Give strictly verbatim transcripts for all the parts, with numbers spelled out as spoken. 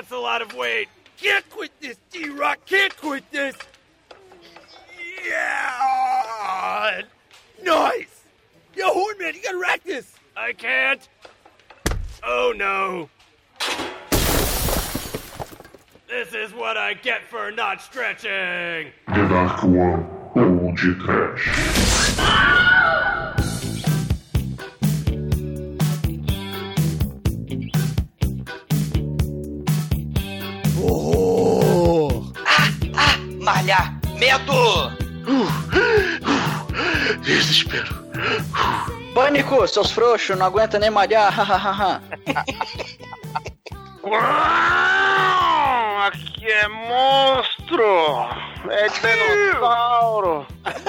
That's a lot of weight. Can't quit this, D-Rock. Can't quit this. Yeah. Nice. Yo, Hornman, you gotta rack this. I can't. Oh, no. This is what I get for not stretching. The Dark One, Old Trash. Oh! Ah, ah, malhar, medo! Uh, uh, desespero. Pânico, seus frouxos, não aguenta nem malhar, hahaha. Aqui é monstro! É dinossauro!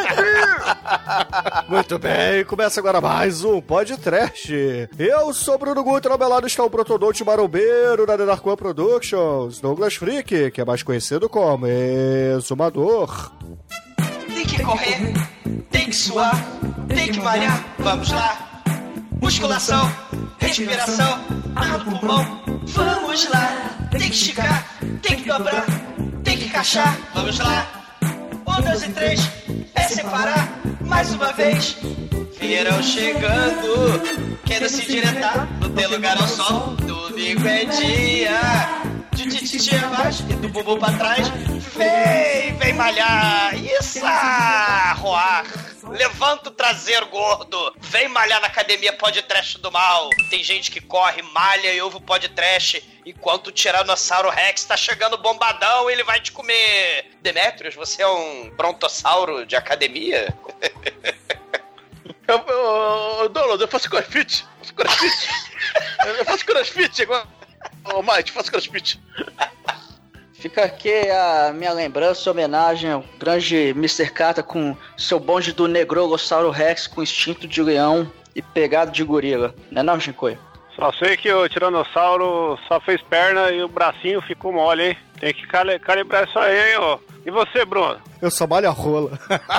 Muito bem, começa agora mais um podcast. Eu sou Bruno Guter, ao meu lado está o protodonte marombeiro da The Dark One Productions, Douglas Freak, que é mais conhecido como Exumador. Tem que correr, tem que suar, tem que malhar, vamos lá! Musculação, respiração, ar no pulmão, vamos lá! Tem que esticar, tem que dobrar, tem que encaixar, vamos lá! Um, dois e três, é separar, mais uma vez. Verão chegando, quero se diretar, no teu lugar ao sol, domingo é dia. De tititi abaixo e do bumbum pra trás. Vem, vem malhar, isso, roar. Levanta o traseiro, gordo. Vem malhar na academia podcast do mal. Tem gente que corre, malha e ouve o podcast enquanto o Tiranossauro Rex tá chegando bombadão e ele vai te comer. Demetrius, você é um brontossauro de academia? Eu, eu, Douglas, eu faço crossfit. Eu faço crossfit. Eu faço crossfit agora. Ô, oh, Mike, faço crossfit. Fica aqui a minha lembrança, homenagem ao grande mister Kata com seu bonde do Negrolossauro Rex com instinto de leão e pegado de gorila. Não é não, Shinkoi? Só sei que o Tiranossauro só fez perna e o bracinho ficou mole, hein? Tem que cali- calibrar isso aí, hein, ó. E você, Bruno? Eu só malho a rola.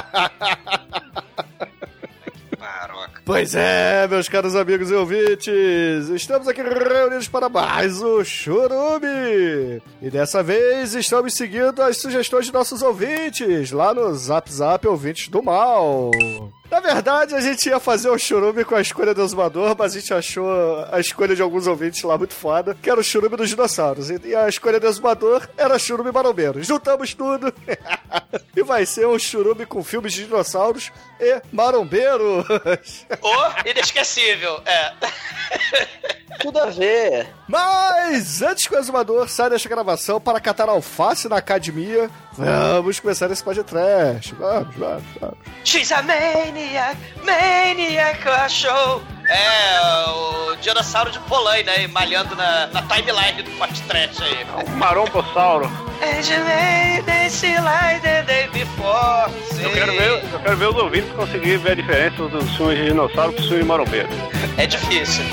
Pois é, meus caros amigos e ouvintes, estamos aqui reunidos para mais um Churume. E dessa vez estamos seguindo as sugestões de nossos ouvintes lá no Zap Zap Ouvintes do Mal. Na verdade, a gente ia fazer o Churume com a escolha do Exumador, mas a gente achou a escolha de alguns ouvintes lá muito foda, que era o Churume dos dinossauros. E a escolha do Exumador era Churume marombeiro. Juntamos tudo e vai ser um Churume com filmes de dinossauros e marombeiros. Oh, inesquecível, é. Tudo a ver. Mas antes que o Exumador saia desta gravação para catar alface na academia, vamos começar esse podcast. Vamos, vamos, vamos. She's a maniac, maniac show. É, o dinossauro de Polaina aí, malhando na, na timeline do podcast aí. É um marombossauro. And you made this like the day before. Eu quero, ver, eu quero ver os ouvintes conseguirem ver a diferença dos filmes de dinossauro pro filme de marombeiro. É difícil.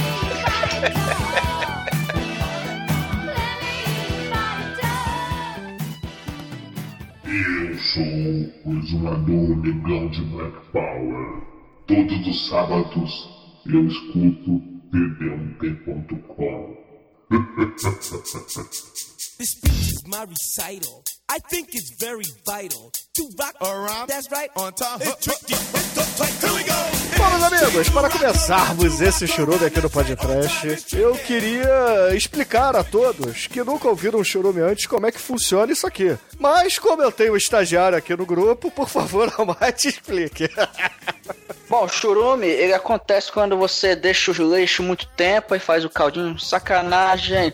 Eu sou o Exumador Negão de Black Power. Todos os sábados eu escuto T D um T ponto com. This speech is my recital. I think it's very vital to rock around. That's right. On time. It's tricky. Here we go. Bom, meus amigos, para começarmos esse churume aqui no podcast, eu queria explicar a todos que nunca ouviram um churume antes como é que funciona isso aqui. Mas, como eu tenho um estagiário aqui no grupo, por favor, Almighty, explique. Bom, o churume, ele acontece quando você deixa o leite muito tempo e faz o caldinho. Sacanagem.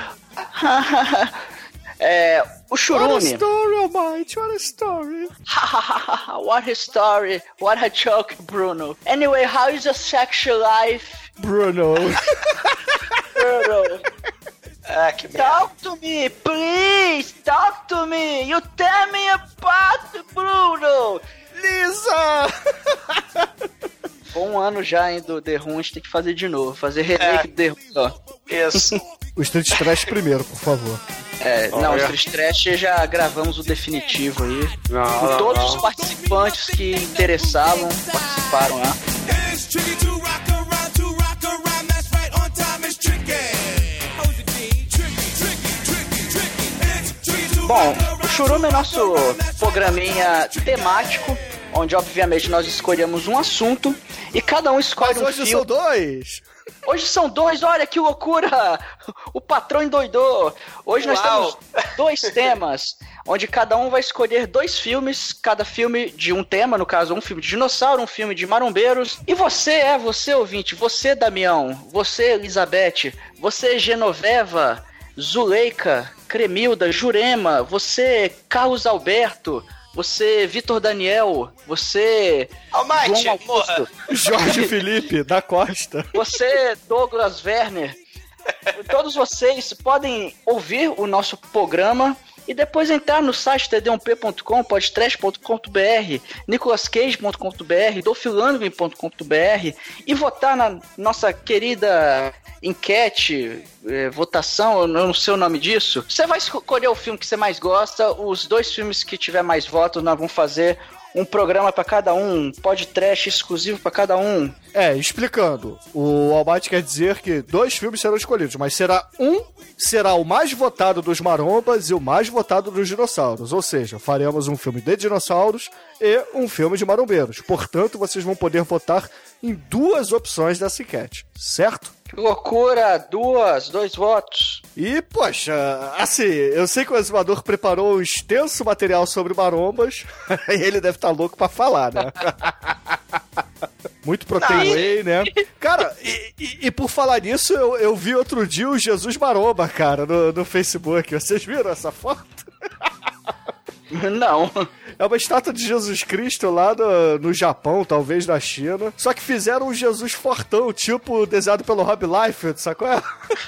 É, o churume... What a story, Almighty, what a story. What a story, what a joke, Bruno. Anyway, how is your sexual life? Bruno. Bruno. Ah, que merda. Talk to me, please, talk to me. You tell me apart, Bruno. Lisa! Foi um ano já, hein, do The Room, a gente tem que fazer de novo. Fazer remake É. do The Room, ó. Isso. O Street Trash primeiro, por favor. É, Olha. não, o Street Trash já gravamos o definitivo aí. Não, Com não, todos não. os participantes que interessavam participaram lá. It's tricky to rock around, to rock around. That's right. On time is tricky. How's it, D? Tricky, tricky, tricky, Bom, o Churume é nosso programinha temático, onde obviamente nós escolhemos um assunto e cada um escolhe Mas um hoje filme. são dois! Hoje são dois, olha que loucura! O patrão endoidou! Hoje nós Uau. temos dois temas, onde cada um vai escolher dois filmes, cada filme de um tema, no caso um filme de dinossauro, um filme de marombeiros. E você é, você ouvinte, você Damião, você Elizabeth, você Genoveva, Zuleika, Cremilda, Jurema, você Carlos Alberto, você Vitor Daniel, você Almighty, João Augusto, morra. Jorge Felipe, da Costa. você Douglas Werner. Todos vocês podem ouvir o nosso programa e depois entrar no site t d um p ponto com, podcast ponto com ponto b r, nicolas cage ponto com ponto b r, dolphilandgren ponto com ponto b r e votar na nossa querida enquete, eh, votação, eu não sei o nome disso. Você vai escolher o filme que você mais gosta, os dois filmes que tiver mais votos, nós vamos fazer um programa pra cada um, um podcast exclusivo pra cada um. É, explicando, o Almighty quer dizer que dois filmes serão escolhidos, mas será um, será o mais votado dos marombas e o mais votado dos dinossauros, ou seja, faremos um filme de dinossauros e um filme de marombeiros, portanto vocês vão poder votar em duas opções dessa enquete, certo? Que loucura, duas, dois votos. E, poxa, assim, eu sei que o Exumador preparou um extenso material sobre marombas, e ele deve estar louco pra falar, né? Muito protein whey, né? Cara, e, e, e por falar nisso, eu, eu vi outro dia o Jesus Maromba, cara, no, no Facebook. Vocês viram essa foto? Não. É uma estátua de Jesus Cristo lá no, no Japão, talvez na China. Só que fizeram um Jesus fortão, tipo desenhado pelo Rob Liefeld, sacou? É,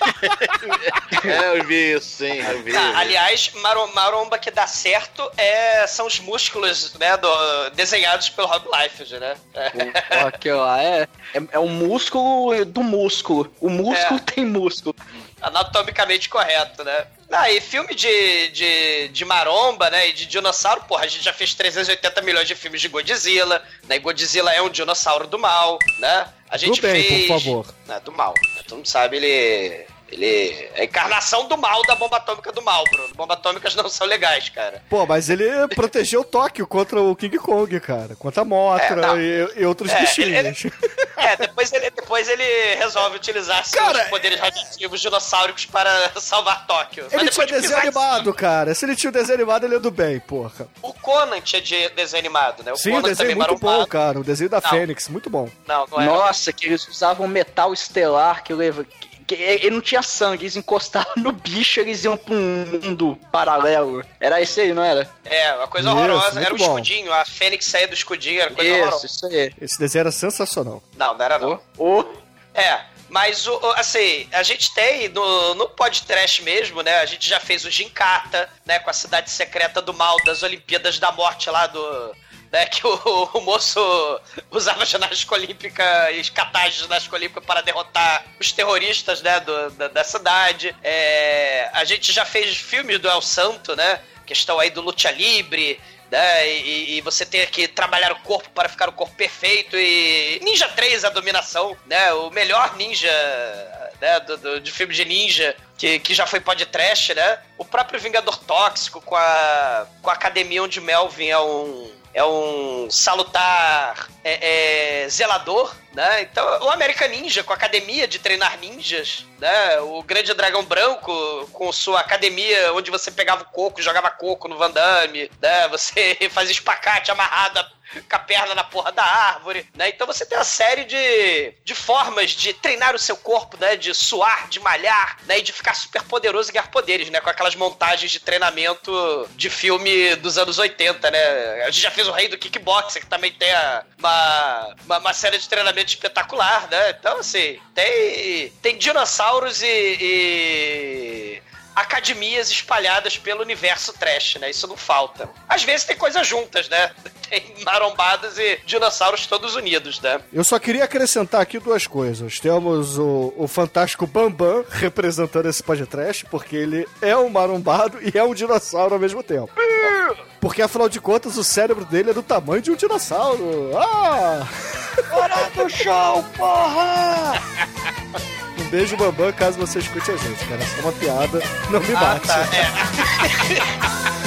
eu vi isso, sim, eu vi. Ah, aliás, marom- maromba que dá certo é, são os músculos, né, do- desenhados pelo Rob Liefeld, né? É. Aqui, ó, é, é, é o músculo do músculo. O músculo É. tem músculo. Anatomicamente correto, né? Ah, e filme de, de, de maromba, né, e de dinossauro, porra, a gente já fez trezentos e oitenta milhões de filmes de Godzilla, né, e Godzilla é um dinossauro do mal, né? A gente Do bem, fez... por favor. Né, do mal, né? Todo mundo sabe, ele... Ele é a encarnação do mal da bomba atômica do mal, Bruno. Bombas atômicas não são legais, cara. Pô, mas ele protegeu Tóquio contra o King Kong, cara. Contra a Mothra É, e, e outros É, bichinhos. ele- ele- É, depois ele, depois ele resolve utilizar seus Cara, poderes radioativos dinossáuricos para salvar Tóquio. Ele Mas tinha depois de desenho pisar em animado, cara. Se ele tinha o desenho animado, ele é do bem, porra. O Conan tinha de desenho animado, né? O Sim, o Conan desenho é também muito bom, marombado. cara. O desenho da Não. Fênix, muito bom. Não, não é. Nossa, que eles usavam metal estelar, que, leva, que, que ele não tinha sangue, eles encostavam no bicho, eles iam pra um mundo paralelo. Era isso aí, não era? É, uma coisa Isso, horrorosa. Era o muito bom. escudinho, a Fênix saía do escudinho, era coisa Isso, horrorosa. isso aí. Esse desenho era sensacional. Não, não era não. Ô, É, mas, o, o- assim, a gente tem no, no podcast mesmo, né? A gente já fez o Gincata, né? Com a cidade secreta do mal, das Olimpíadas da Morte lá do... Né, que o, o moço usava ginástica olímpica e catar ginástica olímpica para derrotar os terroristas, né? Do, da, da cidade. É, a gente já fez filmes do El Santo, né? Questão aí do luta livre... Né, e, e você ter que trabalhar o corpo para ficar o corpo perfeito. E Ninja três, a dominação, né? O melhor ninja, né, do, do- de filme de ninja que, que já foi podcast, né? O próprio Vingador Tóxico com a, com a academia onde Melvin é um, é um salutar é, é, zelador, né? Então, o American Ninja com a academia de treinar ninjas, né? O Grande Dragão Branco com sua academia onde você pegava o coco, jogava coco no Van Damme, né? Você fazia espacate amarrado a- com a perna na porra da árvore, né? Então você tem uma série de, de formas de treinar o seu corpo, né? De suar, de malhar, né? E de ficar super poderoso e ganhar poderes, né? Com aquelas montagens de treinamento de filme dos anos oitenta, né? A gente já fez o Rei do Kickboxer, que também tem a- uma, uma, uma série de treinamento espetacular, né? Então, assim, tem, tem dinossauros e... e... academias espalhadas pelo universo trash, né? Isso não falta. Às vezes tem coisas juntas, né? Tem marombadas e dinossauros todos unidos, né? Eu só queria acrescentar aqui duas coisas. Temos o, o fantástico Bambam representando esse podcast, porque ele é um marombado e é um dinossauro ao mesmo tempo. Porque, afinal de contas, o cérebro dele é do tamanho de um dinossauro. Ah! hora do show, porra! Um beijo, Bambam, caso você escute a gente, cara. Essa é uma piada. Não me Ah, bate. tá, é.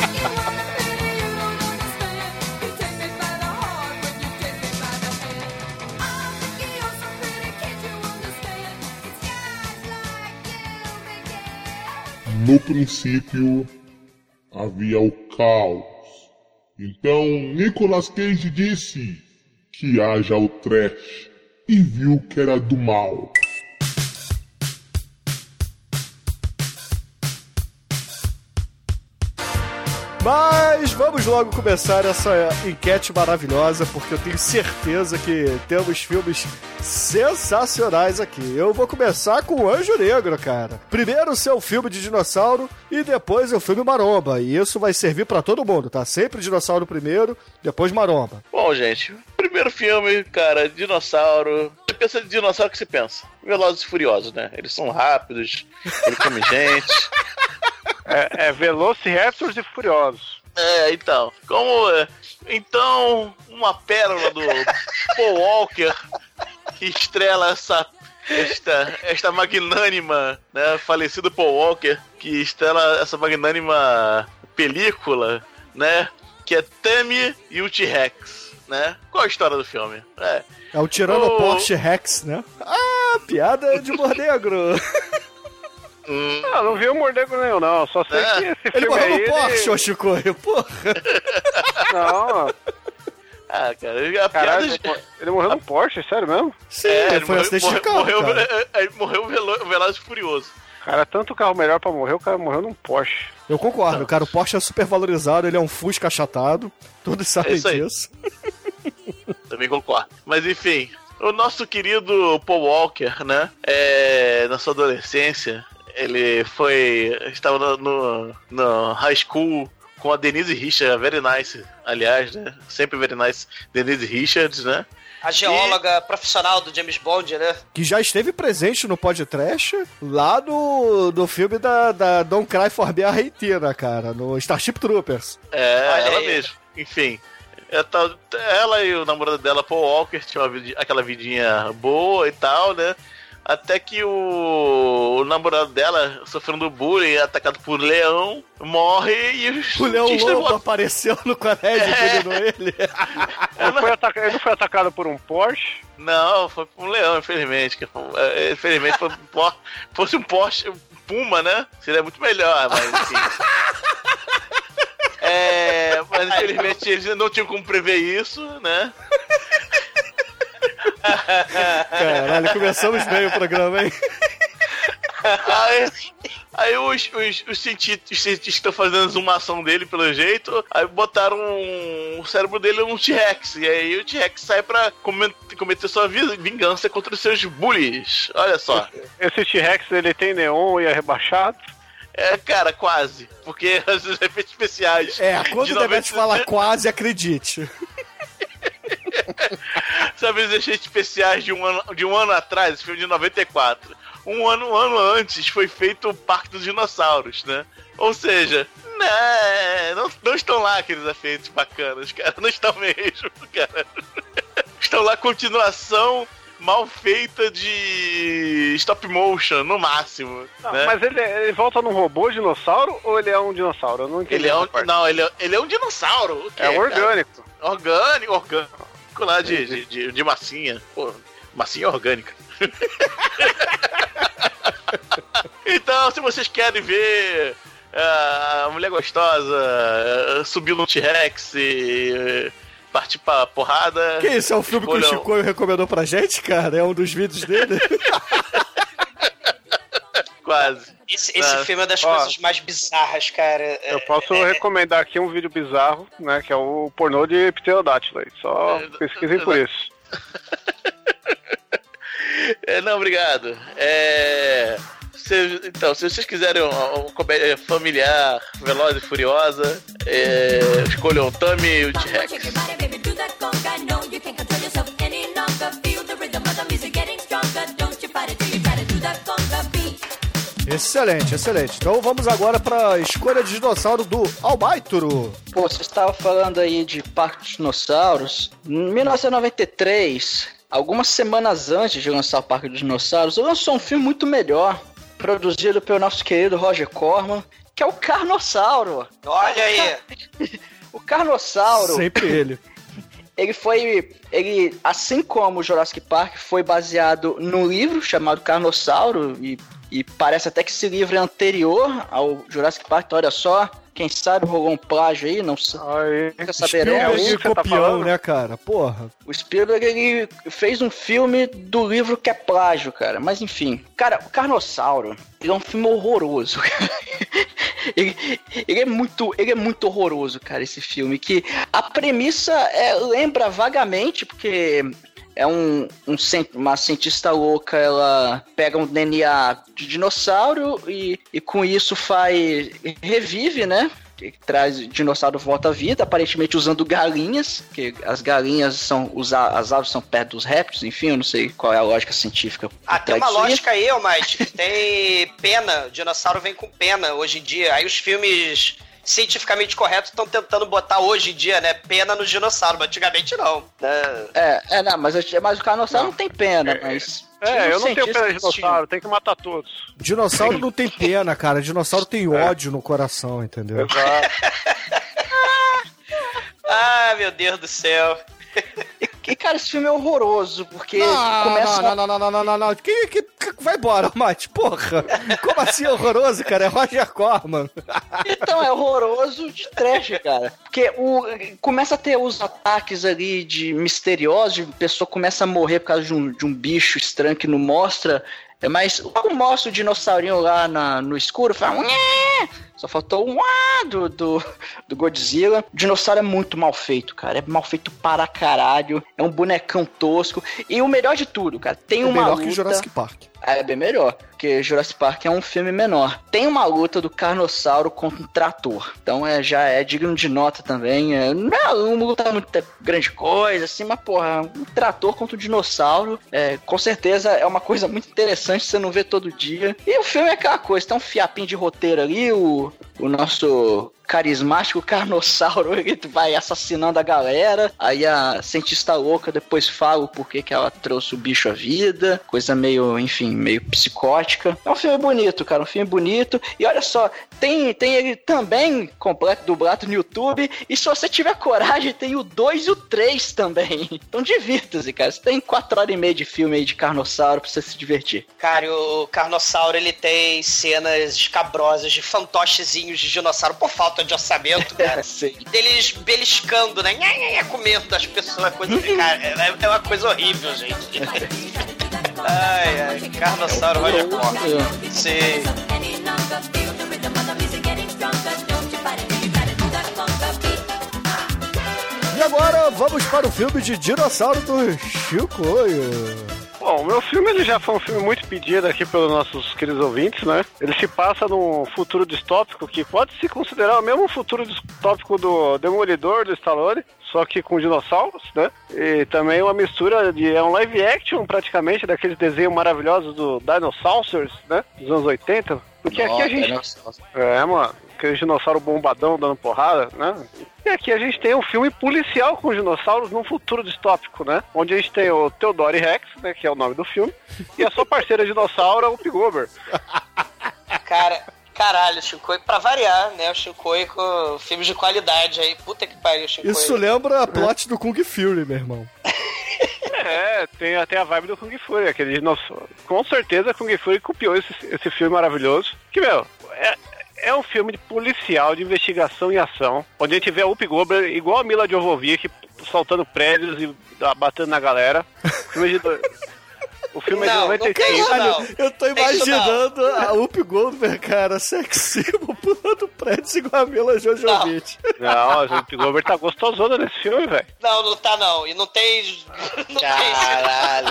No princípio, havia o caos. Então, Nicolas Cage disse que haja o trash e viu que era do mal. Mas vamos logo começar essa enquete maravilhosa, porque eu tenho certeza que temos filmes sensacionais aqui. Eu vou começar com o Anjo Negro, cara. Primeiro o seu filme de dinossauro e depois o filme Maromba. E isso vai servir pra todo mundo, tá? Sempre dinossauro primeiro, depois Maromba. Bom, gente, primeiro filme, cara, dinossauro. Você pensa de dinossauro, o que você pensa? Velozes e Furiosos, né? Eles são rápidos, eles comem gente. É, é Velociraptors e Furiosos. É, então. Como. É, então, uma pérola do Paul Walker que estrela essa. Esta, esta magnânima, né? Falecido Paul Walker, que estrela essa magnânima película, né? Que é Tammy e o T-Rex, né? Qual a história do filme? É, é o Tirano o... Porsche Rex, né? Ah, piada de humor negro. Hum. Ah, não vi o Mornego nenhum, não. Só sei é. que esse ele filme morreu aí... no Porsche, ele... ô Chico, porra. Não. Ah, cara, a Caralho, piada... ele, ele morreu no Porsche, sério mesmo? Sim, é, ele foi um acidente de carro, morreu, cara. Ele morreu o Velozes e Furioso. Cara, tanto carro melhor pra morrer, o cara morreu num Porsche. Eu concordo, não. Cara, o Porsche é super valorizado, ele é um Fusca achatado, todos sabem é disso. Também concordo. Mas enfim, o nosso querido Paul Walker, né, é, na sua adolescência... Ele foi... Estava no, no, no high school com a Denise Richards, a Very Nice, aliás, né? Sempre Very Nice Denise Richards, né? A geóloga e... profissional do James Bond, né? Que já esteve presente no podcast lá no, no filme da, da Don't Cry for Me Argentina, cara, no Starship Troopers. É, Olha ela aí. mesmo. Enfim, ela e o namorado dela, Paul Walker, tinham uma vidinha, aquela vidinha boa e tal, né? Até que o, o namorado dela, sofrendo bullying, atacado por um leão, morre e os... O leão os lobo tribos... apareceu no colégio e É. envenenou ele. Ele, foi ataca... ele não foi atacado por um Porsche? Não, foi por um leão, infelizmente. Que, é, infelizmente, foi um por... fosse um Porsche, um Puma, né? Seria muito melhor, mas enfim. É, mas infelizmente eles não tinham como prever isso, né? Caralho, começamos bem o programa, hein? Aí, aí os, os, os cientistas, os cientistas que estão fazendo a exumação dele, pelo jeito, aí botaram um, o cérebro dele num T-Rex. E aí o T-Rex sai pra cometer, cometer sua vingança contra os seus bullies. Olha só. Esse T-Rex, ele tem neon e é rebaixado? É, cara, quase. Porque os efeitos especiais... É, quando de o Demet noventa... fala quase, acredite. Sabe os efeitos especiais de um, ano, de um ano atrás, esse filme de noventa e quatro. Um ano, um ano antes foi feito o Parque dos Dinossauros, né? Ou seja, né, não, não estão lá aqueles efeitos bacanas, cara. Não estão mesmo, cara. Estão lá continuação mal feita de stop motion, no máximo. Não, né? Mas ele, ele volta num robô dinossauro ou ele é um dinossauro? Eu não entendi. Ele é um, não, ele é, ele é um dinossauro. O quê, é um orgânico. Cara? Orgânico, orgânico. Lá de, de, de, de massinha. Pô, massinha orgânica. Então, se vocês querem ver uh, a mulher gostosa uh, subir no T-Rex e uh, partir pra porrada... Que isso? É um filme escolham... que o Chico recomendou pra gente, cara? É um dos vídeos dele? Quase. Esse, esse filme é das Ó, coisas mais bizarras, cara. Eu posso é, recomendar aqui um vídeo bizarro, né? Que é o pornô de Pterodátilo. Só pesquisem por isso. É, não, obrigado. É, se, então, se vocês quiserem uma, uma comédia familiar, veloz e furiosa, é, escolham o Tammy e o T-Rex. Excelente, excelente. Então vamos agora para a escolha de dinossauro do Albaituro. Pô, você estava falando aí de Parque dos Dinossauros. Em mil novecentos e noventa e três, algumas semanas antes de lançar o Parque dos Dinossauros, lançou um filme muito melhor, produzido pelo nosso querido Roger Corman, que é o Carnossauro. Olha aí! O Carnossauro. Sempre ele. ele foi, ele, assim como o Jurassic Park, foi baseado num livro chamado Carnossauro, e, e parece até que esse livro é anterior ao Jurassic Park, então olha só, quem sabe rolou um plágio aí, não sei. Fica saberemos. Spielberg é copião, né, cara? Porra. O Spielberg, ele fez um filme do livro que é plágio, cara. Mas enfim. Cara, o Carnossauro, ele é um filme horroroso, cara. Ele, ele, é muito, ele é muito horroroso, cara, esse filme. Que a premissa é, lembra vagamente, porque... É um, um, uma cientista louca, ela pega um D N A de dinossauro e, e com isso faz... revive, né? Traz o dinossauro de volta à vida, aparentemente usando galinhas, que as galinhas são... Os, as aves são perto dos répteis, enfim, eu não sei qual é a lógica científica. Ah, tem uma lógica aí, Almighty, que tem pena, o dinossauro vem com pena hoje em dia, aí os filmes... cientificamente corretos estão tentando botar hoje em dia, né, pena no dinossauro, mas antigamente não. É, é, não, mas, mas o Carnossauro não. não tem pena, mas... É, eu não tenho pena de dinossauro, tem que matar todos. Dinossauro não tem pena, cara, dinossauro tem ódio no coração, entendeu? Exato. Ah, meu Deus do céu. E, cara, esse filme é horroroso, porque não, começa... Não, não, não, não, não, não, não, que, que, que, vai embora, Mate, porra. Como assim horroroso, cara? É Roger Corman. Então, é horroroso de trash, cara. Porque o, começa a ter os ataques ali de misteriosos, a pessoa começa a morrer por causa de um, de um bicho estranho que não mostra... É, mas logo mostra o dinossaurinho lá na, no escuro, fala... Nhê! Só faltou um ah do, do, do Godzilla. O dinossauro é muito mal feito, cara. É mal feito para caralho. É um bonecão tosco. E o melhor de tudo, cara, tem é uma melhor luta... que Jurassic Park. É bem melhor, porque Jurassic Park é um filme menor. Tem uma luta do Carnossauro contra um trator. Então é, já é digno de nota também. É, não é uma luta muito grande coisa, assim, mas porra, um trator contra um dinossauro, é, com certeza é uma coisa muito interessante, você não vê todo dia. E o filme é aquela coisa, tem um fiapinho de roteiro ali, o, o nosso... carismático Carnossauro, ele vai assassinando a galera, aí a cientista louca depois fala o porquê que ela trouxe o bicho à vida, coisa meio, enfim, meio psicótica. É um filme bonito, cara, um filme bonito, e olha só, tem, tem ele também completo, dublado no YouTube, e se você tiver coragem, tem o dois e o três também. Então divirta-se, cara, você tem quatro horas e meia de filme aí de Carnossauro pra você se divertir. Cara, o Carnossauro, ele tem cenas escabrosas de fantochezinhos de dinossauro, por falta de orçamento, cara. Deles beliscando, né? Nha, nha, nha, comendo das pessoas, coisa de cara. É, é uma coisa horrível, gente. Ai, ai, Carnossauro Roger Corman. Sim. E agora vamos para o filme de dinossauro do Chicoio. Bom, o meu filme ele já foi um filme muito pedido aqui pelos nossos queridos ouvintes, né? Ele se passa num futuro distópico que pode se considerar o mesmo futuro distópico do Demolidor, do Stallone, só que com dinossauros, né? E também uma mistura de... é um live action, praticamente, daqueles desenhos maravilhosos do Dinosaurs, né? Dos anos oitenta. Porque Nossa, aqui a gente... É, mano. Aquele dinossauro bombadão dando porrada, né? E aqui a gente tem um filme policial com dinossauros num futuro distópico, né? Onde a gente tem o Theodore Rex, né? Que é o nome do filme. E a sua parceira dinossauro é o Pigober. Cara... Caralho, Chicoio, pra variar, né? O Chicoio com filmes de qualidade aí. Puta que pariu, Chicoio. Isso lembra a plot do Kung Fury, meu irmão. É, tem até a vibe do Kung Fury, aquele dinossauro. Com certeza, Kung Fury copiou esse, esse filme maravilhoso. Que, meu, é, é um filme de policial, de investigação e ação, onde a gente vê a Whoopi Goldberg igual a Mila Jovovich, saltando prédios e batendo na galera. O filme de... O filme não, é de noventa e cinco. Caralho, eu tô imaginando a Whoopi Goldberg, cara, sexy, pulando prédio igual a Mila Jovovich. Não, a Whoopi Goldberg tá gostosona nesse filme, velho. Não, não tá não. E não tem... Não Caralho.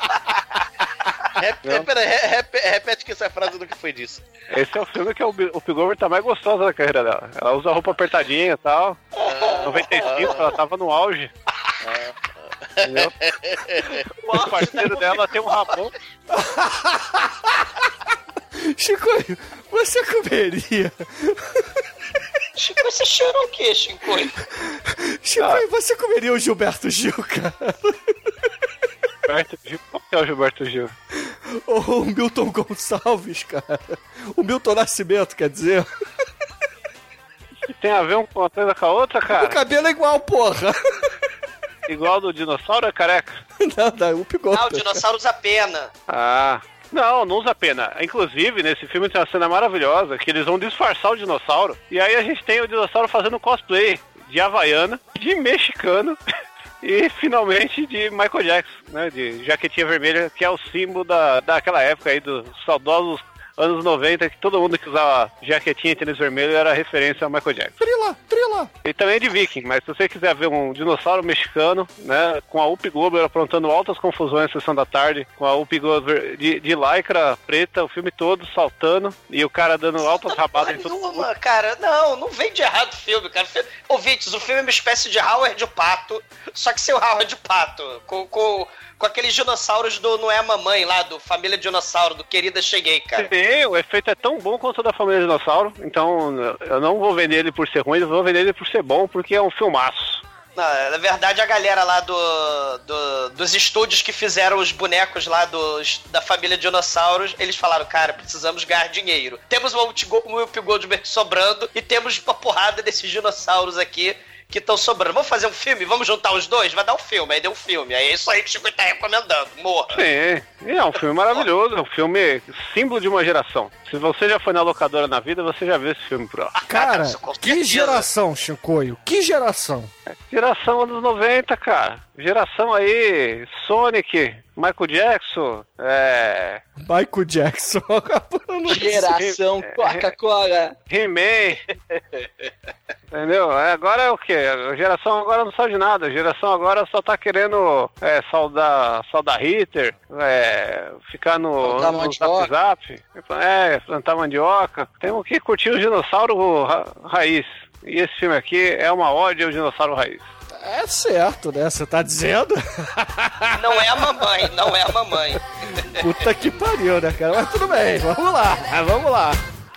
Repete, repete, repete que essa frase do que foi disso. Esse é o filme que a Whoopi Goldberg tá mais gostosa da carreira dela. Ela usa roupa apertadinha e tal. noventa e cinco, ela tava no auge. Entendeu? O parceiro dela tem um rabão. Chico, você comeria? Chico, você cheirou o quê, Chico? Chico, ah. Você comeria o Gilberto Gil, cara? Gilberto Gil? Qual que é o Gilberto Gil? Ou o Milton Gonçalves, cara. O Milton Nascimento, quer dizer. Tem a ver uma coisa com a outra, cara? O cabelo é igual, porra. Igual do dinossauro é careca? Não, da Whoopi Goldberg. Ah, o dinossauro usa pena. Ah... Não, não usa pena. Inclusive, nesse filme tem uma cena maravilhosa que eles vão disfarçar o dinossauro. E aí a gente tem o dinossauro fazendo cosplay de havaiana, de mexicano e finalmente de Michael Jackson, né? De jaquetinha vermelha, que é o símbolo da, daquela época aí, dos saudosos anos noventa, que todo mundo que usava jaquetinha e tênis vermelho era referência a Michael Jackson. Trila, trila. E também de Viking, mas se você quiser ver um dinossauro mexicano, né, com a Whoopi Goldberg aprontando altas confusões na sessão da tarde, com a Whoopi Goldberg de, de lycra preta, o filme todo saltando, e o cara dando altas rabadas em todo mundo. Cara, não, não vem de errado o filme, cara. Ouvintes, o filme é uma espécie de Howard o Pato, só que seu Howard o Pato, com... com... com aqueles dinossauros do Não é a Mamãe lá, do Família Dinossauro, do Querida Cheguei, cara. Sim, o efeito é tão bom quanto o da Família Dinossauro, então eu não vou vender ele por ser ruim, eu vou vender ele por ser bom, porque é um filmaço. Não, na verdade, a galera lá do, do, dos estúdios que fizeram os bonecos lá dos, da Família Dinossauros, eles falaram, cara, precisamos ganhar dinheiro. Temos uma Whoopi Goldberg sobrando e temos uma porrada desses dinossauros aqui que estão sobrando. Vamos fazer um filme? Vamos juntar os dois? Vai dar um filme. Aí deu um filme. Aí é isso aí que o Chico tá recomendando. Morra. Sim. É um filme maravilhoso. É um filme símbolo de uma geração. Se você já foi na locadora na vida, você já viu esse filme por lá. Cara, que geração, Chicoio? Que geração? Geração anos noventa, cara. Geração aí, Sonic, Michael Jackson, é... Michael Jackson. Geração Coca-Cola. He-Man. Entendeu? Agora é o quê? A geração agora não sabe de nada. A geração agora só tá querendo é, saudar, saudar Hitler, é, ficar no, no Zap Zap, é, plantar mandioca. Temos que curtir o dinossauro ra raiz. E esse filme aqui é uma ode ao dinossauro raiz. É certo, né? Você tá dizendo? Não é a mamãe, não é a mamãe. Puta que pariu, né, cara? Mas tudo bem, vamos lá, vamos lá.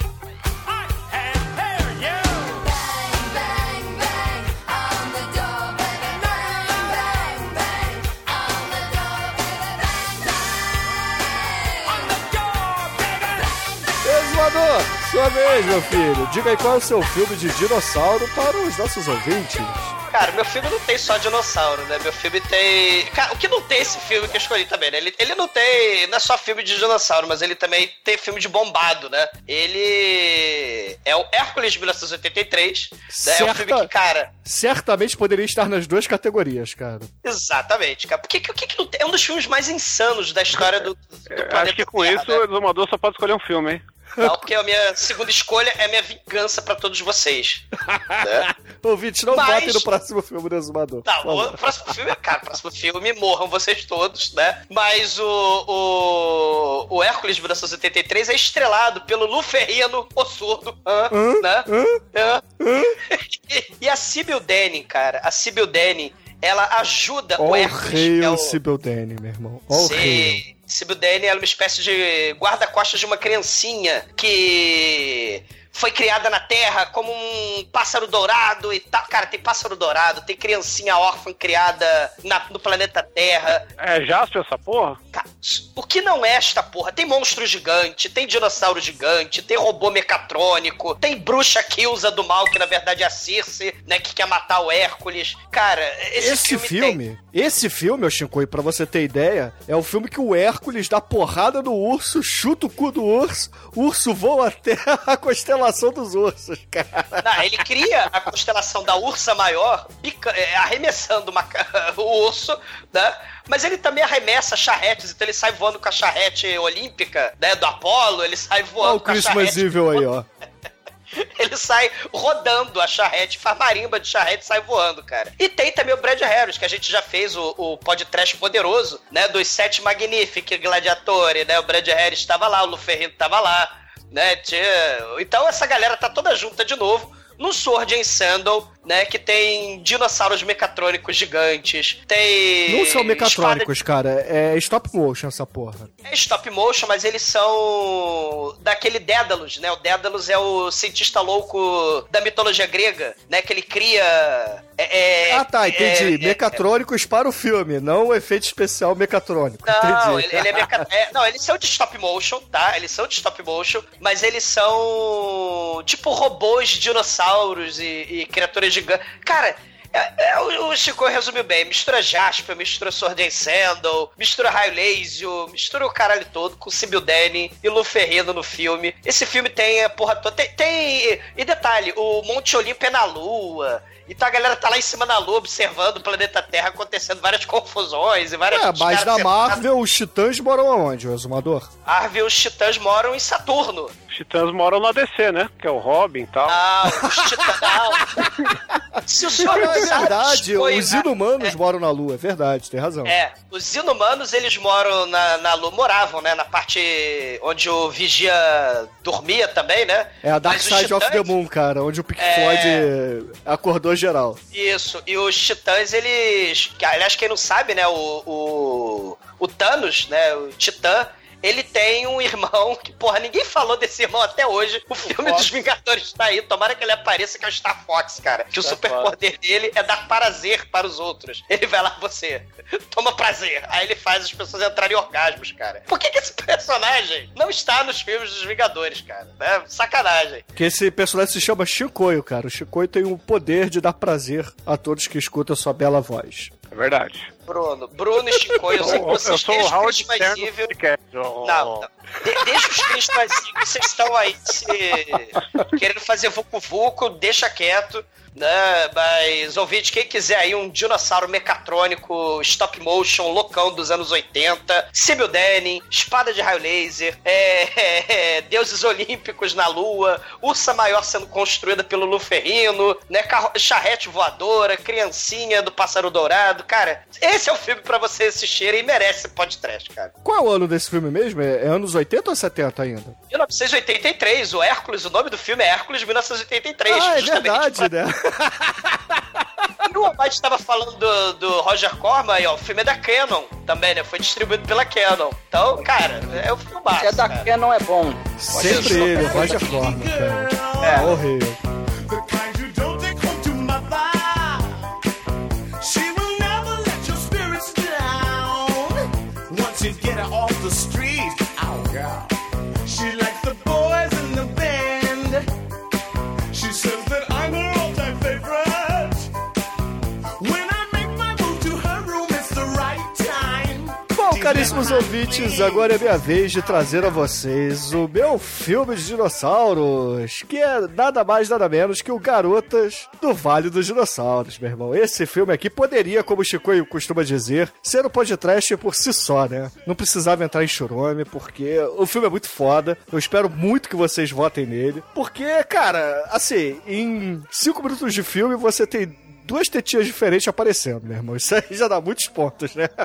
Exumador, sua vez, meu filho. Diga aí qual é o seu filme de dinossauro para os nossos ouvintes. Cara, meu filme não tem só dinossauro, né? Meu filme tem... Cara, o que não tem esse filme que eu escolhi também, né? Ele, ele não tem... Não é só filme de dinossauro, mas ele também tem filme de bombado, né? Ele... É o Hércules de mil novecentos e oitenta e três, né? É um filme que, cara... Certamente poderia estar nas duas categorias, cara. Exatamente, cara. Porque o que, que não tem? É um dos filmes mais insanos da história do, do planeta Acho que com Terra, isso, né? O Exumador só pode escolher um filme, hein? Não, porque a minha segunda escolha é a minha vingança pra todos vocês. Né? Ouvintes, não Mas... votem no próximo filme do Exumador. Não, o próximo filme, cara, o próximo filme, morram vocês todos, né? Mas o, o, o Hércules de mil novecentos e oitenta e três é estrelado pelo Lu Ferrino, o surdo, hã, hã? né? Hã? Hã? Hã? E, e a Sybil Danning, cara, a Sybil Danning, ela ajuda oh, o Hércules. Rei é o Sybil Danning, meu irmão. Oh, Sim. Sybil Danning é uma espécie de guarda-costas de uma criancinha que foi criada na Terra como um pássaro dourado e tal. Cara, tem pássaro dourado, tem criancinha órfã criada na, no planeta Terra. É Jasper essa porra? Cara, o que não é esta porra? Tem monstro gigante, tem dinossauro gigante, tem robô mecatrônico, tem bruxa Kilsa do mal, que na verdade é a Circe, né, que quer matar o Hércules. Cara, esse, esse filme, filme, tem... esse filme, ô Shinkoi, pra você ter ideia, é o filme que o Hércules dá porrada no urso, chuta o cu do urso, o urso voa até a constelação dos ursos, cara. Não, ele cria a constelação da Ursa Maior, bica, é, arremessando uma, o urso, né? Mas ele também arremessa charretes, então ele sai voando com a charrete olímpica, né, do Apollo, ele sai voando Olha o com a Christmas charrete... Evil aí, ó. Ele sai rodando a charrete, faz marimba de charrete e sai voando, cara. E tem também o Brad Harris, que a gente já fez o, o podcast poderoso, né, dos Sete Magnifici Gladiatori, né, o Brad Harris estava lá, o Lu Ferrino estava lá, né, tinha... Então essa galera tá toda junta de novo no Sword and Sandal, né, que tem dinossauros mecatrônicos gigantes, tem... Não são mecatrônicos, espada... cara, é stop motion essa porra. É stop motion, mas eles são daquele Dédalus, né, o Dédalus é o cientista louco da mitologia grega, né, que ele cria... É, é, ah, tá, entendi. É, Mecatrônicos é, para o filme, não o efeito especial mecatrônico. Não, entendi. Ele, ele é, meca... é Não, eles são de stop motion, tá? Eles são de stop motion, mas eles são tipo robôs, dinossauros e, e criaturas gigantes. Cara, É, é, o, o Chico resumiu bem. Mistura Jasper, mistura Sword and Sandal, mistura raio laser, mistura o caralho todo com Sybil Danning e Lu Ferrino no filme. Esse filme tem a porra toda. Tem, tem... E detalhe, o Monte Olimpo é na Lua. Então a galera tá lá em cima da Lua observando o planeta Terra, acontecendo várias confusões e várias... É, mas na Marvel os titãs moram aonde, o Exumador? Marvel, os titãs moram em Saturno. Os titãs moram na D C, né? Que é o Robin e tal. Ah, os titãs... Não. Se o senhor não, é verdade, foi, os né? inumanos é. moram na Lua, é verdade, tem razão. É, os inumanos, eles moram na, na Lua, moravam, né? Na parte onde o Vigia dormia também, né? É a Dark Mas Side titãs, of the Moon, cara, onde o Pink é... Floyd acordou geral. Isso, e os titãs, eles... Que, aliás, quem não sabe, né? O, o, o Thanos, né? O Titã... Ele tem um irmão que, porra, ninguém falou desse irmão até hoje. O filme Fox. dos Vingadores tá aí. Tomara que ele apareça, que é o Star Fox, cara. Que o superpoder dele é dar prazer para os outros. Ele vai lá, você, toma prazer. Aí ele faz as pessoas entrarem em orgasmos, cara. Por que que esse personagem não está nos filmes dos Vingadores, cara? É sacanagem. Porque esse personagem se chama Chicoio, cara. O Chicoio tem o poder de dar prazer a todos que escutam a sua bela voz. É verdade. Bruno, Bruno e Chicoio, eu sei que vocês têm os críticos mais nível. Não, não. De, deixa os críticos mais nível. Vocês estão aí se... querendo fazer vucu-vucu, deixa quieto. Né? Mas, ouvinte, quem quiser aí um dinossauro mecatrônico, stop motion, loucão dos anos oitenta, Sybil Danning, espada de raio laser, é, é, é, deuses olímpicos na lua, ursa maior sendo construída pelo Lu Ferrino, né? Carro, charrete voadora, criancinha do pássaro dourado, cara, esse é o filme pra você assistir e merece podcast, cara. Qual é o ano desse filme mesmo? É, é anos oitenta ou setenta ainda? mil novecentos e oitenta e três, o Hércules, o nome do filme é Hércules mil novecentos e oitenta e três. Ah, é verdade, pra... né? E o Abad estava falando do, do Roger Corman, e ó, o filme é da Canon também, né? Foi distribuído pela Canon. Então, cara, é o filmaço. Se é da cara. Canon é bom. Sempre ele, o Roger Corman, cara. É, horrível. Caríssimos ouvintes, agora é minha vez de trazer a vocês o meu filme de dinossauros, que é nada mais, nada menos que o Garotas do Vale dos Dinossauros, meu irmão. Esse filme aqui poderia, como o Chico costuma dizer, ser um podcast por si só, né? Não precisava entrar em churume, porque o filme é muito foda. Eu espero muito que vocês votem nele, porque, cara, assim, em cinco minutos de filme você tem duas tetinhas diferentes aparecendo, meu irmão. Isso aí já dá muitos pontos, né?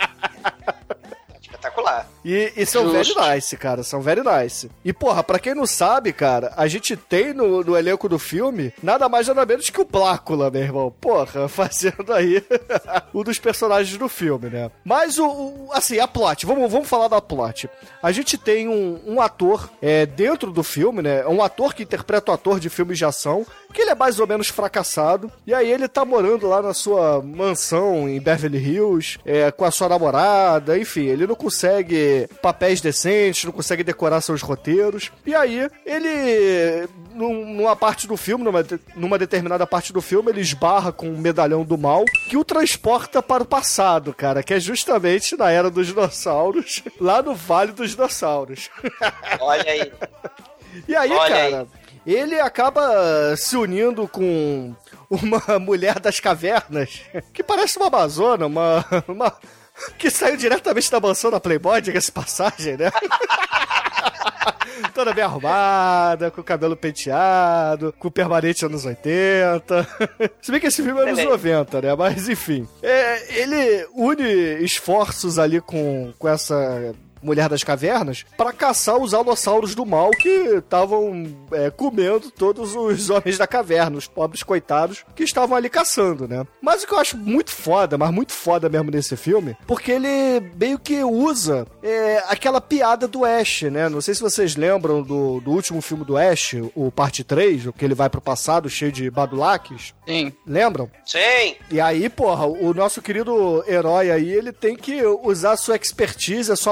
Espetacular. E, e são Justo. very nice, cara. São very nice. E, porra, pra quem não sabe, cara, a gente tem no, no elenco do filme nada mais nada menos que o Blácula, meu irmão. Porra, fazendo aí um dos personagens do filme, né? Mas, o, o assim, a plot. Vamos, vamos falar da plot. A gente tem um, um ator é, dentro do filme, né? Um ator que interpreta o ator de filmes de ação, que ele é mais ou menos fracassado. E aí ele tá morando lá na sua mansão em Beverly Hills, é, com a sua namorada, enfim, ele não consegue papéis decentes, não consegue decorar seus roteiros. E aí, ele, num, numa parte do filme, numa, numa determinada parte do filme, ele esbarra com um medalhão do mal que o transporta para o passado, cara, que é justamente na era dos dinossauros, lá no Vale dos Dinossauros. Olha aí. E aí, Olha cara, aí. ele acaba se unindo com uma mulher das cavernas, que parece uma amazona, uma... uma que saiu diretamente da mansão da Playboy, diga-se passagem, né? Toda bem arrumada, com o cabelo penteado, com o permanente anos oitenta. Se bem que esse filme é anos noventa, né? Mas, enfim. É, ele une esforços ali com, com essa mulher das cavernas para caçar os alossauros do mal que estavam é, comendo todos os homens da caverna, os pobres coitados que estavam ali caçando, né? Mas o que eu acho muito foda, mas muito foda mesmo nesse filme, porque ele meio que usa é, aquela piada do Ash, né? Não sei se vocês lembram do, do último filme do Ash, o parte três, o que ele vai pro passado cheio de badulaques. Sim. Lembram? Sim. E aí, porra, o nosso querido herói aí, ele tem que usar a sua expertise, a sua malandragem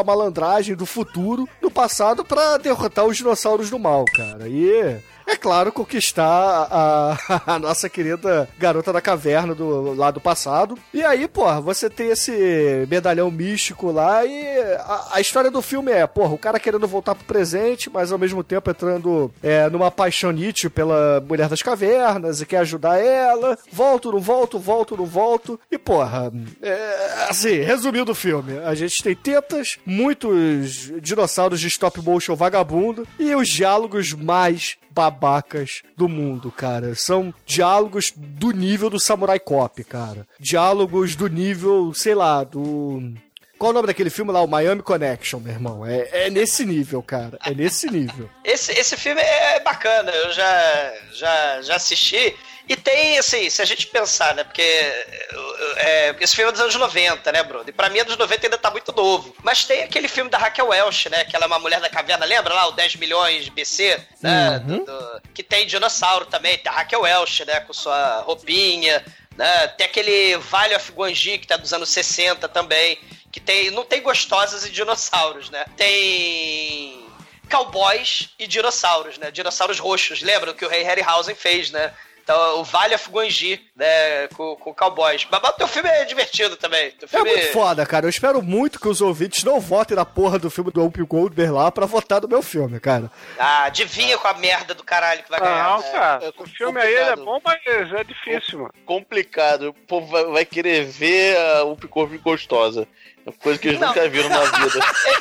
trajem do futuro, do passado, pra derrotar os dinossauros do mal, cara. E... é claro, conquistar a, a nossa querida garota da caverna do, lá do passado. E aí, porra, você tem esse medalhão místico lá e a, a história do filme é, porra, o cara querendo voltar pro presente, mas ao mesmo tempo entrando é, numa paixonite pela mulher das cavernas e quer ajudar ela. Volto, não volto, volto, não volto. E, porra, é, assim, resumindo o filme, a gente tem tetas, muitos dinossauros de stop motion vagabundo e os diálogos mais babacas do mundo, cara. São diálogos do nível do Samurai Cop, cara. Diálogos do nível, sei lá, do... qual o nome daquele filme lá? O Miami Connection, meu irmão. É, é nesse nível, cara. É nesse nível. Esse, esse filme é bacana. Eu já, já, já assisti. E tem, assim, se a gente pensar, né, porque é, esse filme é dos anos noventa, né, Bruno? E pra mim, anos noventa ainda tá muito novo. Mas tem aquele filme da Raquel Welch, né, que ela é uma mulher da caverna, lembra lá? O dez milhões B C, né? Uhum. Do, do, que tem dinossauro também, tem a Raquel Welch, né, com sua roupinha, né? Tem aquele Valley of Guanji, que tá dos anos sessenta também, que tem, não tem gostosas e dinossauros, né? Tem... cowboys e dinossauros, né? Dinossauros roxos, lembra? Que o Ray Harryhausen fez, né? Então, o Valley of Guanji, né, com, com cowboys. Mas o teu filme é divertido também. Teu filme... é muito foda, cara. Eu espero muito que os ouvintes não votem na porra do filme do Whoopi Goldberg lá pra votar no meu filme, cara. Ah, adivinha com a merda do caralho que vai ganhar. Não, cara. É, o filme aí é bom, mas é difícil, mano. Complicado. O povo vai, vai querer ver a Whoopi Goldberg gostosa. É coisa que eles não. nunca viram na vida.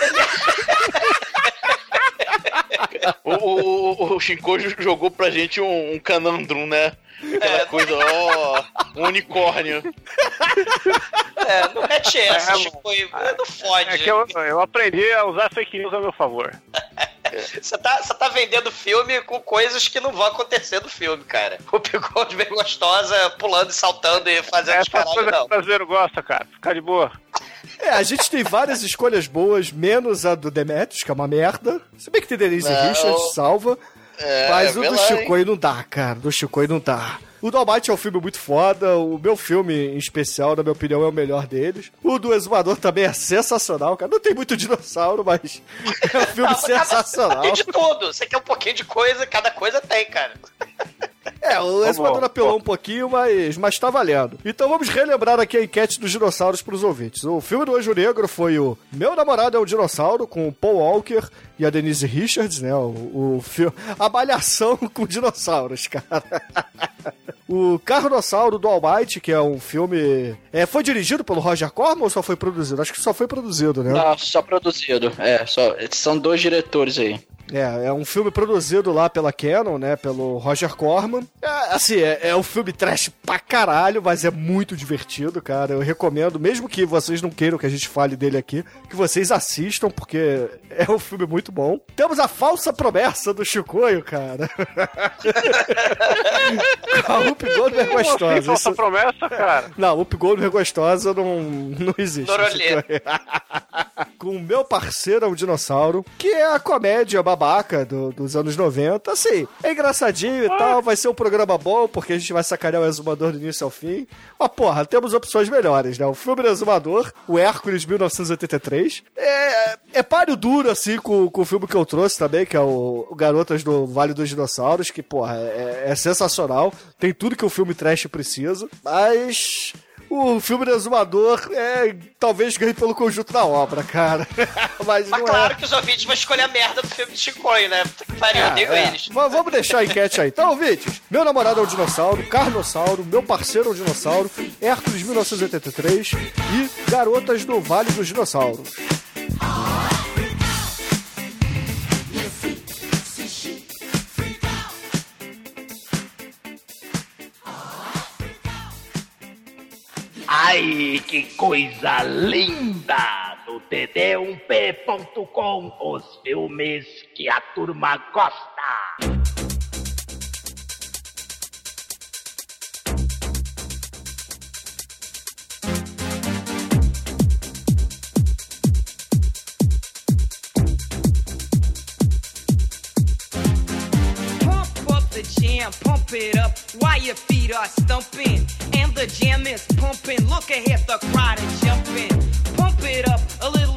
O, o, o Shinko jogou pra gente um, um canandrum, né? Aquela é. coisa, ó, um unicórnio. É, não mete essa, é, Shinko, não fode. É que eu, eu aprendi a usar fake news a meu favor. Você tá, você tá vendendo filme com coisas que não vão acontecer no filme, cara. O Picô de bem gostosa, pulando e saltando e fazendo as paradas, coisa não. Que o brasileiro gosta, cara. Ficar de boa. É, a gente tem várias escolhas boas, menos a do Demetrius, que é uma merda. Se bem que tem Denise Richards, salva. É, mas é o do Chicoio não dá, cara. Do Chicoio não dá. O do Almighty é um filme muito foda. O meu filme, em especial, na minha opinião, é o melhor deles. O do Exumador também é sensacional, cara. Não tem muito dinossauro, mas é um filme não, sensacional. Tem de tudo. Você quer um pouquinho de coisa, cada coisa tem, cara. É, o Exumador apelou um pouquinho, mas, mas tá valendo. Então vamos relembrar aqui a enquete dos dinossauros pros ouvintes. O filme do Anjo Negro foi o Meu Namorado é um Dinossauro, com o Paul Walker e a Denise Richards, né? O, o filme... A malhação com dinossauros, cara. O Carnossauro do Almighty, que é um filme... É, foi dirigido pelo Roger Corman ou só foi produzido? Acho que só foi produzido, né? Não, só produzido. É, só, são dois diretores aí. É, é um filme produzido lá pela Canon, né, pelo Roger Corman. É, assim, é, é um filme trash pra caralho, mas é muito divertido, cara. Eu recomendo, mesmo que vocês não queiram que a gente fale dele aqui, que vocês assistam, porque é um filme muito bom. Temos a Falsa Promessa do Chicoio, cara. A Whoopi Goldberg é gostosa. Falsa Isso... Promessa, cara? Não, a Whoopi Goldberg é gostosa não, não existe. Com o Meu Parceiro é um Dinossauro, que é a comédia babaca do, dos anos noventa, assim, é engraçadinho e ah. tal, vai ser um programa bom, porque a gente vai sacanear o Exumador do início ao fim. Mas, porra, temos opções melhores, né? O filme do Exumador, o Hércules mil novecentos e oitenta e três, é, é páreo duro, assim, com, com o filme que eu trouxe também, que é o, o Garotas do Vale dos Dinossauros, que, porra, é, é sensacional, tem tudo que o filme trash precisa, mas... O filme do Exumador é, talvez ganhe pelo conjunto da obra, cara. Mas, Mas não claro é. que os ouvintes vão escolher a merda do filme de Chicoio, né? Pariu, é, eu odeio é. eles. Mas vamos deixar a enquete aí. Então, ouvintes, Meu Namorado é um Dinossauro, Carnossauro, Meu Parceiro é um Dinossauro, Hércules mil novecentos e oitenta e três e Garotas do Vale dos Dinossauros. Ai, que coisa linda! No T D um P ponto com, os filmes que a turma gosta. Jam, pump it up while your feet are stumping, and the jam is pumping. Look ahead, the crowd is jumping. Pump it up a little more, get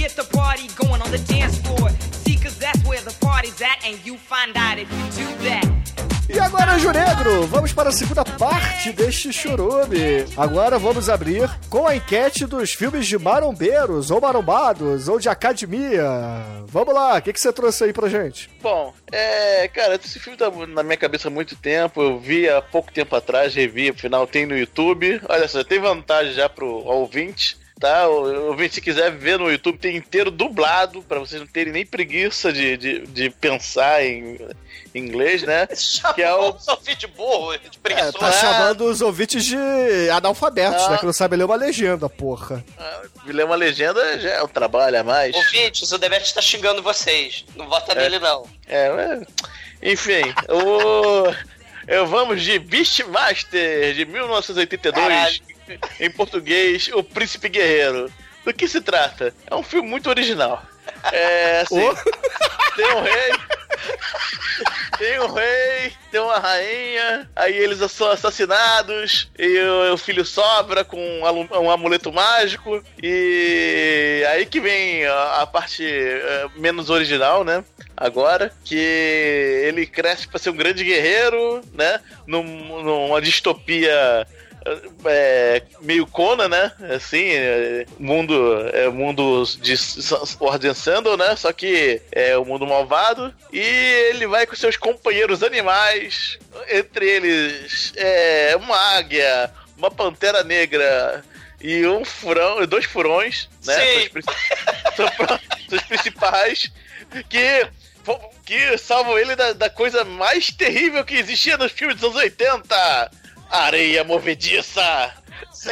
get the party going on the dance floor. See, cause that's where the party's at, and you find out if you do that. E agora, Anjo Negro, vamos para a segunda parte deste churume. Agora vamos abrir com a enquete dos filmes de marombeiros, ou marombados, ou de academia. Vamos lá, o que, que você trouxe aí pra gente? Bom, é, cara, esse filme tá na minha cabeça há muito tempo, eu vi há pouco tempo atrás, revi, afinal tem no YouTube. Olha só, tem vantagem já pro ouvinte. Tá, o ouvinte, se quiser ver no YouTube, tem inteiro dublado, pra vocês não terem nem preguiça de, de, de pensar em inglês, né? Chamou que é o os ouvintes burro, de preguiçoso. É, tá chamando os ouvintes de analfabetos, ah. né? Que não sabem ler uma legenda, porra. Ah, ler uma legenda já é um trabalho a mais. Ouvintes, o Demet tá xingando vocês. Não vota é. nele, não. É, é. Enfim, o... eu vamos de Beastmaster, de mil novecentos e oitenta e dois. Caralho. Em português, O Príncipe Guerreiro. Do que se trata? É um filme muito original. É assim, oh. tem um rei, tem um rei, tem uma rainha, aí eles são assassinados e o, o filho sobra com um, um amuleto mágico, e aí que vem a, a parte uh, menos original, né? Agora, que ele cresce para ser um grande guerreiro, né? Num, numa distopia É, meio Conan, né? Assim, é, mundo é mundo de Sword and Sandal, né? Só que é o mundo malvado. E ele vai com seus companheiros animais, entre eles é, uma águia, uma pantera negra e um furão, dois furões, né? Sim. São os principais que que salvam ele da, da coisa mais terrível que existia nos filmes dos anos oitenta. Areia movediça! Sim!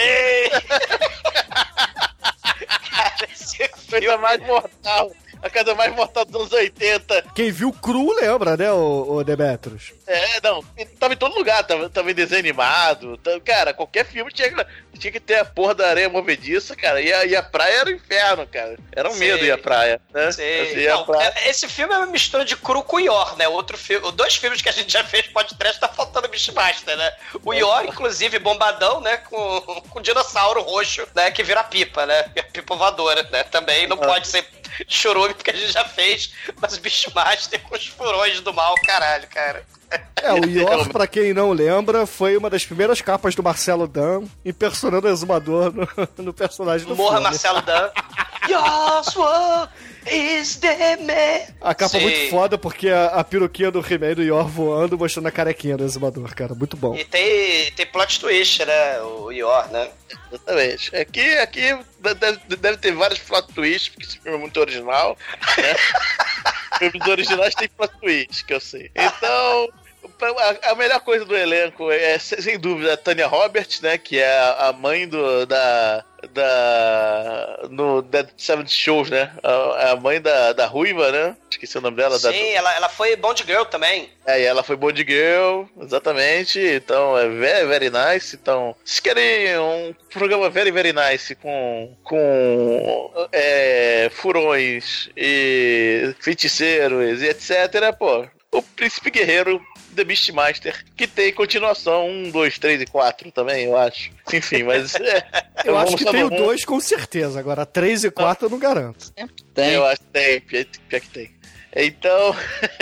Cara, esse coisa mais mortal. A coisa mais mortal dos anos oitenta. Quem viu cru lembra, né, o, o Demetrius? É, não, tava em todo lugar, tava, tava em desenho animado. Tava, cara, qualquer filme tinha que, tinha que ter a porra da areia movediça, cara. E a, e a praia era o inferno, cara. Era um Sim. medo ir à praia, né? Sim. Assim, não, praia... Esse filme é uma mistura de cru com o Yor, né? Outro filme, dois filmes que a gente já fez podcast, tá faltando Beastmaster, né? O Yor, inclusive, bombadão, né? Com, com dinossauro roxo, né? Que vira pipa, né? Pipa voadora, né? Também não ah. pode ser chorume, porque a gente já fez, mas o Beastmaster com os furões do mal, caralho, cara. É, o Yor, pra quem não lembra, foi uma das primeiras capas do Marcelo Dan, impersonando o Exumador no, no personagem do Morra filme. Marcelo Dan. Joshua is the man. A capa Sim. muito foda, porque a, a peruquinha do He-Man do Yor voando, mostrando a carequinha do Exumador, cara, muito bom. E tem, tem plot twist, né, o Yor, né? Exatamente. Aqui, aqui deve, deve ter vários plot twists, porque esse filme é muito original, né? Filmes originais tem plot twist, que eu sei. Então... A, a melhor coisa do elenco é, sem dúvida, a Tanya Roberts, né? Que é a, a mãe do, da... da no Dead Seventh Shows, né? A, a mãe da, da Ruiva, né? Esqueci o nome dela. Sim, da... ela, ela foi Bond Girl também. É, e ela foi Bond Girl, exatamente. Então, é very, very nice. Então, se querem um programa very, very nice com, com é, furões e feiticeiros e etcétera, pô, O Príncipe Guerreiro, The Beastmaster, que tem continuação um, dois, três e quatro também, eu acho. Enfim, mas... É, eu acho que tem o dois com certeza, agora três e quatro eu não garanto. Tem. Eu acho que tem, pior que tem. Então...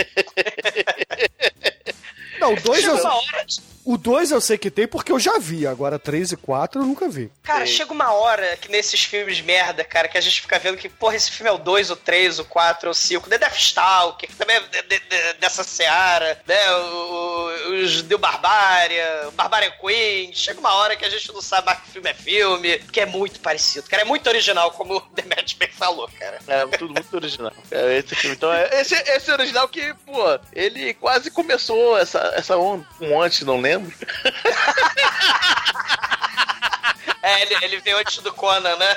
Não, o dois eu... O dois eu sei que tem porque eu já vi, agora três e quatro eu nunca vi. Cara, chega uma hora que nesses filmes merda, cara, que a gente fica vendo que, porra, esse filme é o dois, o três, o quatro, o cinco, The Deathstalker, que também é de, de, de, dessa seara, né, o, os The Barbarian, o Barbarian Queen, chega uma hora que a gente não sabe mais que filme é filme, porque é muito parecido, cara, é muito original, como o Demet bem falou, cara. É, tudo muito original. É, esse filme, então, é, esse, esse original que, pô, ele quase começou essa, essa onda um antes, não lembro. É, ele, ele veio antes do Conan, né?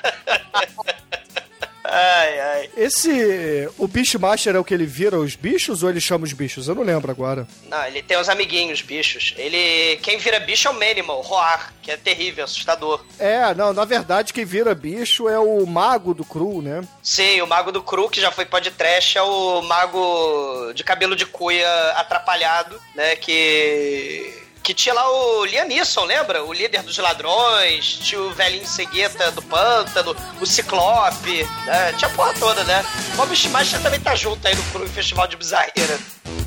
Ai, ai. Esse... O Beastmaster é o que ele vira os bichos ou ele chama os bichos? Eu não lembro agora. Não, ele tem os amiguinhos, bichos. Ele... Quem vira bicho é o Manimal, Roar, que é terrível, assustador. É, não, na verdade quem vira bicho é o mago do Cru, né? Sim, o mago do Cru, que já foi podcast, é o mago de cabelo de cuia atrapalhado, né, que... Que tinha lá o Liam Neeson, lembra? O líder dos ladrões, tinha o velhinho cegueta do pântano, o Ciclope, né? Tinha a porra toda, né? O Bob Schmeister também tá junto aí no Festival de Bizarreira.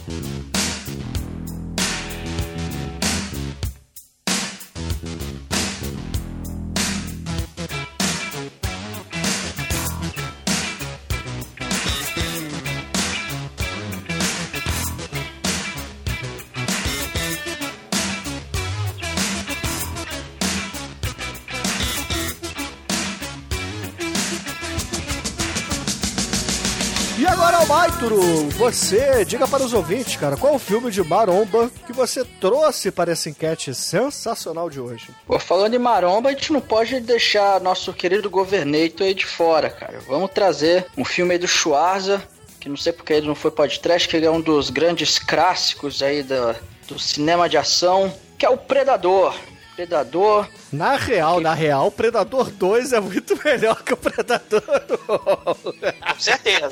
E agora, Maituru, você diga para os ouvintes, cara, qual o filme de maromba que você trouxe para essa enquete sensacional de hoje? Pô, falando em maromba, a gente não pode deixar nosso querido Governator aí de fora, cara. Vamos trazer um filme aí do Schwarza, que não sei porque ele não foi podcast, que ele é um dos grandes clássicos aí do, do cinema de ação, que é o Predador. Predador. Na real, que... na real, Predador dois é muito melhor que o Predador um. Com certeza.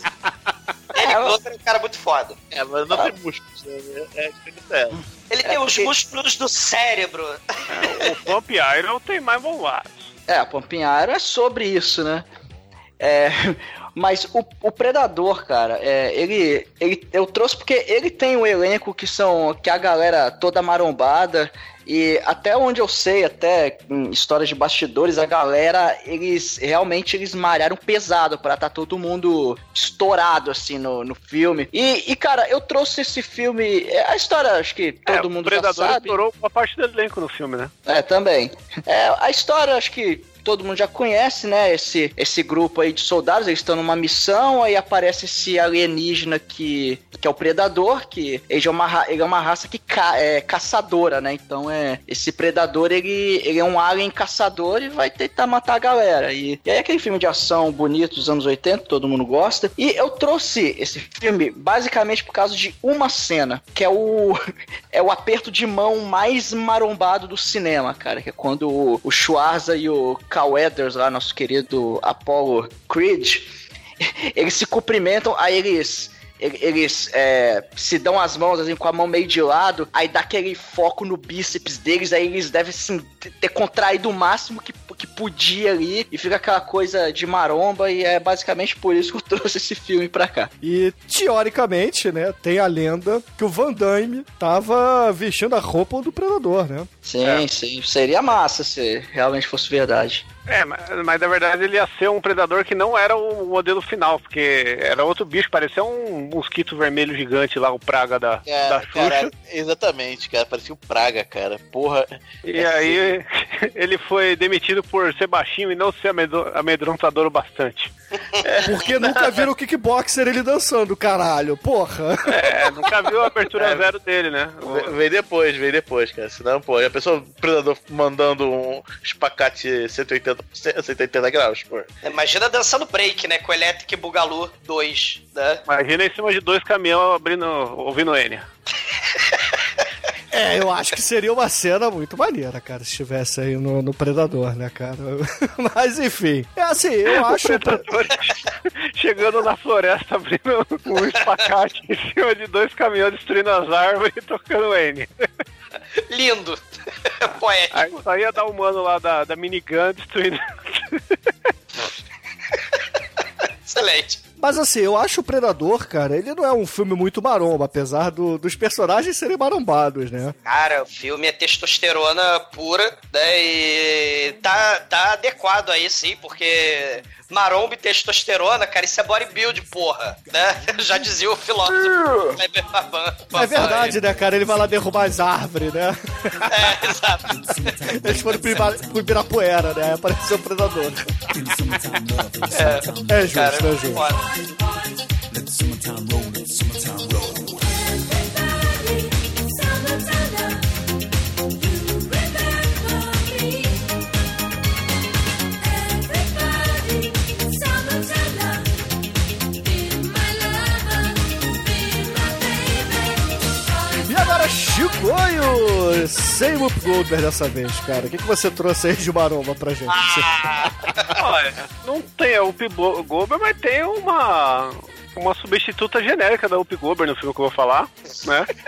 Ele é um cara muito foda. É, mas não ah. tem músculos, né? É, é, Ele é tem porque... os músculos do cérebro. É, o Pump Iron tem mais bombados. É, a Pump Iron é sobre isso, né? É... Mas o, o Predador, cara, é, ele, ele, eu trouxe porque ele tem um elenco que são que a galera toda marombada. E até onde eu sei, até em histórias de bastidores, a galera, eles realmente eles malharam pesado pra tá todo mundo estourado, assim, no, no filme. E, e, cara, eu trouxe esse filme... A história, acho que todo é, mundo já sabe. O Predador estourou uma parte do elenco no filme, né? É, também. É, a história, acho que todo mundo já conhece, né, esse, esse grupo aí de soldados, eles estão numa missão, aí aparece esse alienígena que, que é o Predador, que ele é uma, ele é uma raça que ca, é caçadora, né, então é, esse Predador, ele, ele é um alien caçador e vai tentar matar a galera, e, e aí aquele filme de ação bonito dos anos oitenta, todo mundo gosta, e eu trouxe esse filme basicamente por causa de uma cena, que é o, é o aperto de mão mais marombado do cinema, cara, que é quando o, o Schwarza e o Carl Weathers, lá, nosso querido Apollo Creed, eles se cumprimentam, aí eles eles é, se dão as mãos assim, com a mão meio de lado, aí dá aquele foco no bíceps deles, aí eles devem assim, ter contraído o máximo que, que podia ali, e fica aquela coisa de maromba, e é basicamente por isso que eu trouxe esse filme pra cá. E teoricamente, né, tem a lenda que o Van Damme tava vestindo a roupa do Predador, né? Sim, é. sim, seria massa se realmente fosse verdade. É, mas, mas na verdade ele ia ser um predador que não era o modelo final, porque era outro bicho, parecia um mosquito vermelho gigante lá, o Praga da, é, da Xuxa. Cara, exatamente, cara, parecia o Praga, cara, porra. E é aí assim. Ele foi demitido por ser baixinho e não ser amedrontador o bastante. É, porque nunca viram o kickboxer ele dançando, caralho, porra. É, nunca viu a abertura é, zero dele, né? Veio depois, veio depois, cara, senão, pô, a pessoa, o predador mandando um espacate cento e oitenta cento e oitenta graus, pô. Imagina dançando break, né? Com o Electric Boogaloo dois, né? Imagina em cima de dois caminhões abrindo, ouvindo Enya. É, eu acho que seria uma cena muito maneira, cara, se estivesse aí no, no Predador, né, cara? Mas, enfim. É assim, eu acho... O Predador chegando na floresta, abrindo um espacate em cima de dois caminhões, destruindo as árvores e tocando N. Lindo. Poético. Aí só ia dar o mano lá da, da minigun destruindo... Excelente. Mas assim, eu acho o Predador, cara, ele não é um filme muito maromba, apesar do, dos personagens serem marombados, né? Cara, o filme é testosterona pura, né? E tá, tá adequado aí, sim, porque maromba e testosterona, cara, isso é bodybuild, porra, né? Já dizia o filósofo. É verdade, né, cara? Ele vai lá derrubar as árvores, né? É, exato. Eles foram pro Ibirapuera, né? Aí apareceu o Predador. É, é justo, cara, é justo. Foda. Let the summertime roll, let the summertime roll. Everybody, summertime, you remember me. Everybody, summertime, be my lover, be my baby. E agora, Chicoio, sem Whoop Goldberg dessa vez, cara. O que, que você trouxe aí de maromba pra gente? Ah, olha, não tem a Whoop Goldberg, mas tem uma, uma substituta genérica da Whoop Goldberg no filme que eu vou falar, né?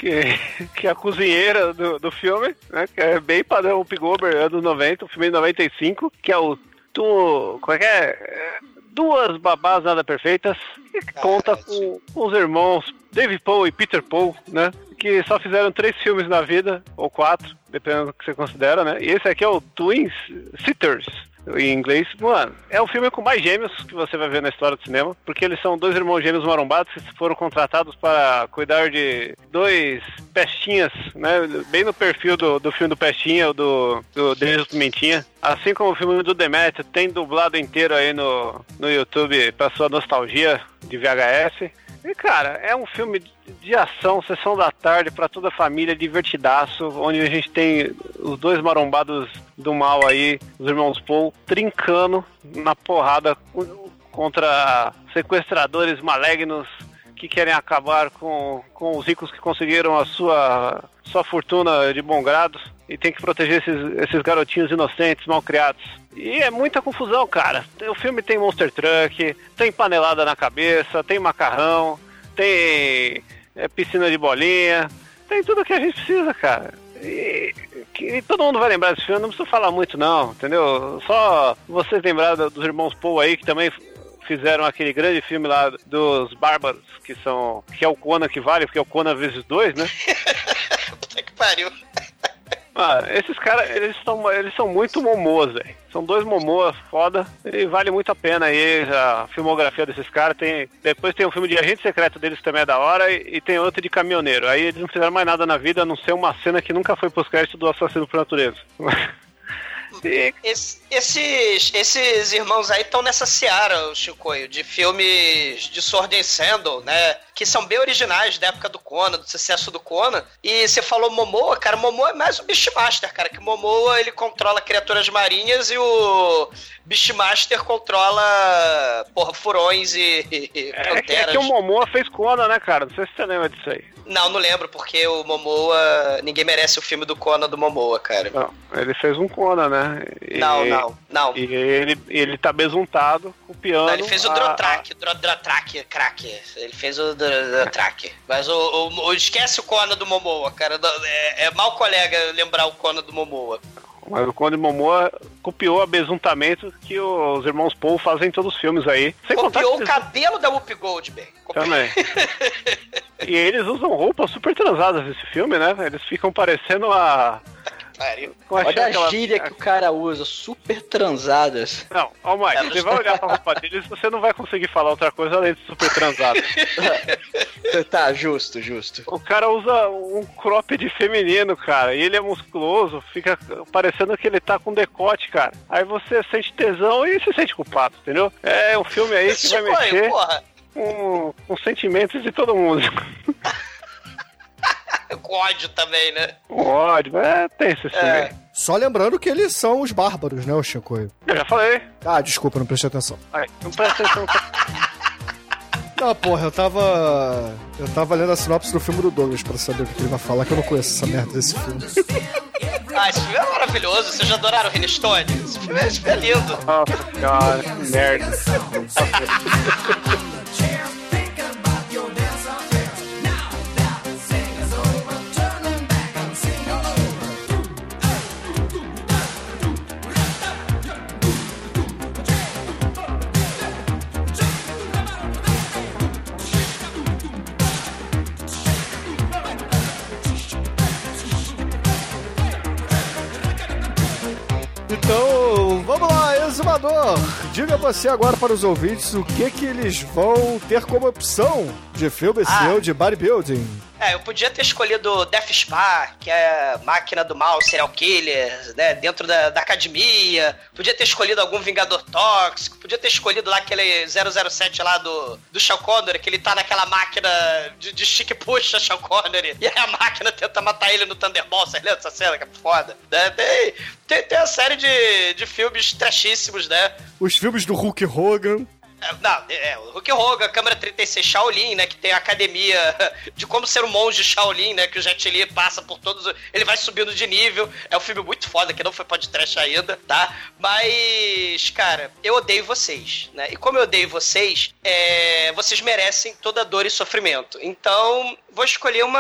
que, que é a cozinheira do, do filme, né? Que é bem padrão Whoopi Goldberg, anos noventa, o filme de noventa e cinco, que é o... Tu, como é que é? Duas Babás Nada Perfeitas, que conta com, com os irmãos Dave Paul e Peter Paul, né? Que só fizeram três filmes na vida, ou quatro, dependendo do que você considera, né? E esse aqui é o Twin Sitters, em inglês. Mano, é o filme com mais gêmeos que você vai ver na história do cinema, porque eles são dois irmãos gêmeos marombados que foram contratados para cuidar de dois pestinhas, né? Bem no perfil do, do filme do Pestinha, ou do, do Denis Pimentinha. Assim como o filme do Demetrio, tem dublado inteiro aí no, no YouTube pra sua nostalgia de V H S. E, cara, é um filme de ação, sessão da tarde, pra toda a família, divertidaço, onde a gente tem os dois marombados do mal aí, os irmãos Paul, trincando na porrada contra sequestradores malignos que querem acabar com, com os ricos que conseguiram a sua, sua fortuna de bom grado e tem que proteger esses, esses garotinhos inocentes, mal criados. E é muita confusão, cara. O filme tem Monster Truck, tem panelada na cabeça, tem macarrão, tem é, piscina de bolinha, tem tudo que a gente precisa, cara. E, que, todo mundo vai lembrar desse filme, não precisa falar muito não, entendeu? Só vocês lembraram dos irmãos Paul aí, que também fizeram aquele grande filme lá dos Bárbaros, que são que é o Conan que vale, porque é o Conan vezes dois, né? Puta que pariu. Ah, esses caras, eles são, eles são muito momôs, velho. São dois momôs foda e vale muito a pena aí a filmografia desses caras. Tem, depois tem um filme de agente secreto deles que também é da hora e, e tem outro de caminhoneiro. Aí eles não fizeram mais nada na vida a não ser uma cena que nunca foi pros créditos do Assassino por Natureza. E... Es, esses, esses irmãos aí estão nessa seara, o Chicoio, de filmes de Sword and Sandal, né? Que são bem originais da época do Conan, do sucesso do Conan. E você falou Momoa, cara, Momoa é mais o Beastmaster, cara. Que Momoa, ele controla criaturas marinhas e o Beastmaster controla, porra, furões e, e é, panteras. É que o Momoa fez Conan, né, cara? Não sei se você lembra disso aí. Não, não lembro, porque o Momoa... Ninguém merece o filme do Conan do Momoa, cara. Não, ele fez um Conan, né? E, não, não, não. E ele, ele tá besuntado com o piano... Não, ele fez o a, Drotrak, a... Drotrak, crack. Ele fez o Drotrak. Mas o, o, o... Esquece o Conan do Momoa, cara. É, é mau colega lembrar o Conan do Momoa. Mas o Conde Momoa copiou o besuntamento que os irmãos Paul fazem em todos os filmes aí. Sem copiou o cabelo da Whoopi Goldberg. Copiou. Também. E eles usam roupas super transadas nesse filme, né? Eles ficam parecendo a... Olha a aquela... gíria que o cara usa, super transadas. Não, ó, Mike, Elas... você vai olhar pra roupa deles, você não vai conseguir falar outra coisa além de super transadas. Tá, justo, justo. O cara usa um cropped feminino, cara, e ele é musculoso, fica parecendo que ele tá com decote, cara. Aí você sente tesão e se sente culpado, entendeu? É um filme aí que vai mexer com, com sentimentos de todo mundo. Com ódio também, né? Com ódio, é, tem esse filme é. aí. Só lembrando que eles são os bárbaros, né, o Chicoio? Eu já falei. Ah, desculpa, não prestei atenção. Ai, não presta atenção. Não, porra, eu tava... Eu tava lendo a sinopse do filme do Douglas pra saber o que ele vai falar, que eu não conheço essa merda desse filme. Ah, esse filme é maravilhoso. Vocês já adoraram o Rhinestone? Esse filme é, esse filme é lindo. Nossa senhora, que merda. Então, vamos lá, exumador! Diga você agora para os ouvintes o que que eles vão ter como opção de filme ah. seu de bodybuilding. É, eu podia ter escolhido Death Spa, que é máquina do mal, serial killer, né, dentro da, da academia. Podia ter escolhido algum Vingador Tóxico. Podia ter escolhido lá aquele zero zero sete lá do, do Sean Connery, que ele tá naquela máquina de, de stick puxa Sean Connery. E aí a máquina tenta matar ele no Thunderball. Vocês lembram dessa cena? Que é foda. Né? Tem, tem, tem uma série de, de filmes trashíssimos, né? Os filmes do Hulk Hogan. Não, é, o Hulk Hogan, Câmara trinta e seis Shaolin, né, que tem a academia de como ser um monge Shaolin, né, que o Jet Li passa por todos, ele vai subindo de nível, é um filme muito foda, que não foi podcast ainda, tá, mas, cara, eu odeio vocês, né, e como eu odeio vocês, é, vocês merecem toda dor e sofrimento, então, vou escolher uma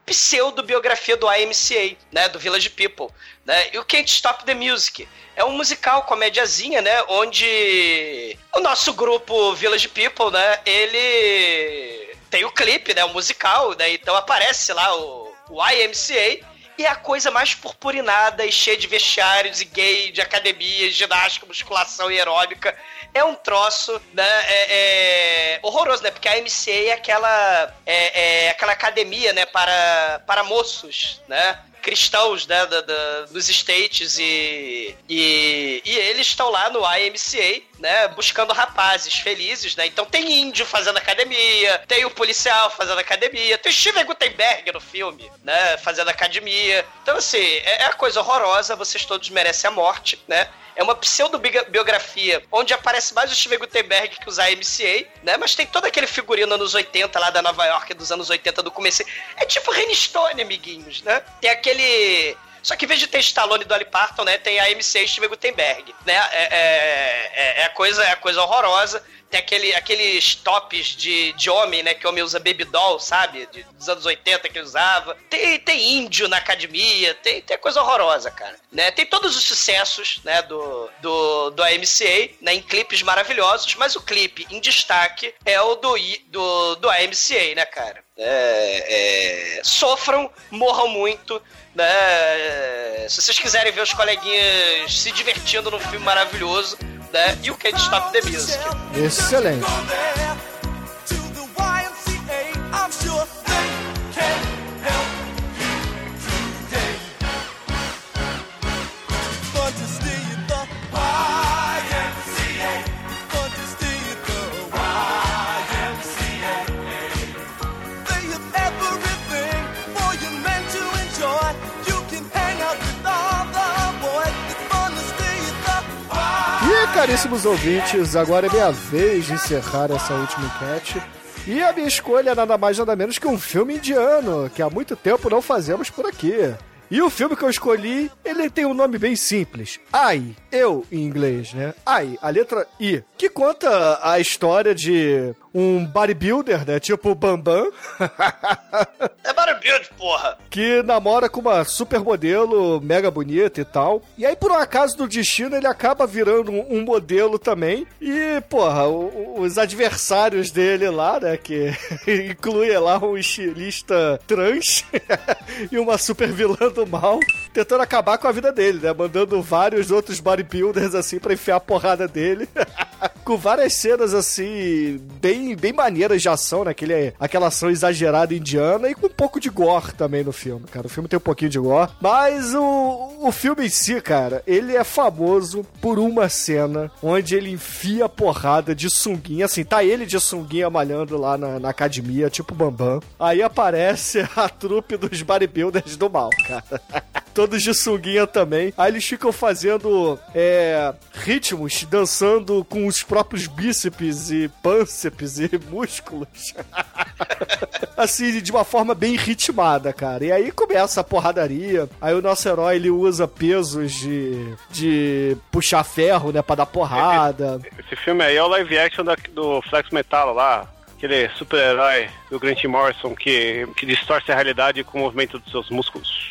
pseudo-biografia do Y M C A, né, do Village People, né, e o Can't Stop the Music. É um musical, comédiazinha, né, onde o nosso grupo Village People, né, ele tem o clipe, né, o musical, né, então aparece lá o, o Y M C A, e é a coisa mais purpurinada e cheia de vestiários e gay, de academia, ginástica, musculação e aeróbica. É um troço, né, é, é horroroso, né, porque a Y M C A é aquela, é, é aquela academia, né, para, para moços, né, cristãos, né, da, da, dos States e, e, e eles estão lá no Y M C A, né, buscando rapazes felizes, né, então tem índio fazendo academia, tem o policial fazendo academia, tem o Steven Guttenberg no filme, né, fazendo academia, então assim, é, é a coisa horrorosa, vocês todos merecem a morte, né. É uma pseudo-biografia onde aparece mais o Steven Guttenberg que os Y M C A, né? Mas tem todo aquele figurino anos oitenta lá da Nova York, dos anos oitenta do começo. É tipo Rain Stone, amiguinhos, né? Tem aquele... Só que em vez de ter Stallone e Dolly Parton, né? Tem a Y M C A e Steven Guttenberg, né? É, é, é, é, a coisa, é a coisa horrorosa. Tem aquele, aqueles tops de, de homem, né? Que o homem usa baby doll, sabe? De, dos anos oitenta que ele usava. Tem, tem índio na academia. Tem, tem coisa horrorosa, cara. Né? Tem todos os sucessos, né? Do, do, do Y M C A, né? Em clipes maravilhosos. Mas o clipe em destaque é o do, do, do Y M C A, né, cara? É, é, sofram, morram muito, né? Se vocês quiserem ver os coleguinhas se divertindo num filme maravilhoso, né? E o Can't Stop the Music. Excelente. Caríssimos ouvintes, agora é minha vez de encerrar essa última enquete. E a minha escolha é nada mais nada menos que um filme indiano, que há muito tempo não fazemos por aqui. E o filme que eu escolhi, ele tem um nome bem simples. I, eu em inglês, né? I, a letra I, que conta a história de um bodybuilder, né? Tipo o Bambam. É bodybuilder, porra! Que namora com uma supermodelo mega bonita e tal. E aí, por um acaso do destino, ele acaba virando um, um modelo também. E, porra, o, os adversários dele lá, né? Que inclui lá um estilista trans e uma super vilã do mal, tentando acabar com a vida dele, né? Mandando vários outros bodybuilders, assim, pra enfiar a porrada dele. Com várias cenas, assim, bem, bem maneiras de ação, né? Aquele, aquela ação exagerada indiana e com um pouco de gore também no filme, cara. O filme tem um pouquinho de gore, mas o, o filme em si, cara, ele é famoso por uma cena onde ele enfia a porrada de sunguinha, assim, tá ele de sunguinha malhando lá na, na academia, tipo Bambam. Aí aparece a trupe dos bodybuilders do mal, cara. Todos de sunguinha também. Aí eles ficam fazendo é, ritmos, dançando com os próprios bíceps e pânceps e músculos. Assim, de uma forma bem ritmada, cara. E aí começa a porradaria. Aí o nosso herói, ele usa pesos de, de puxar ferro, né, pra dar porrada. Esse, esse filme aí é o live action da, do Flex Metal lá. Aquele super-herói do Grant Morrison que, que distorce a realidade com o movimento dos seus músculos.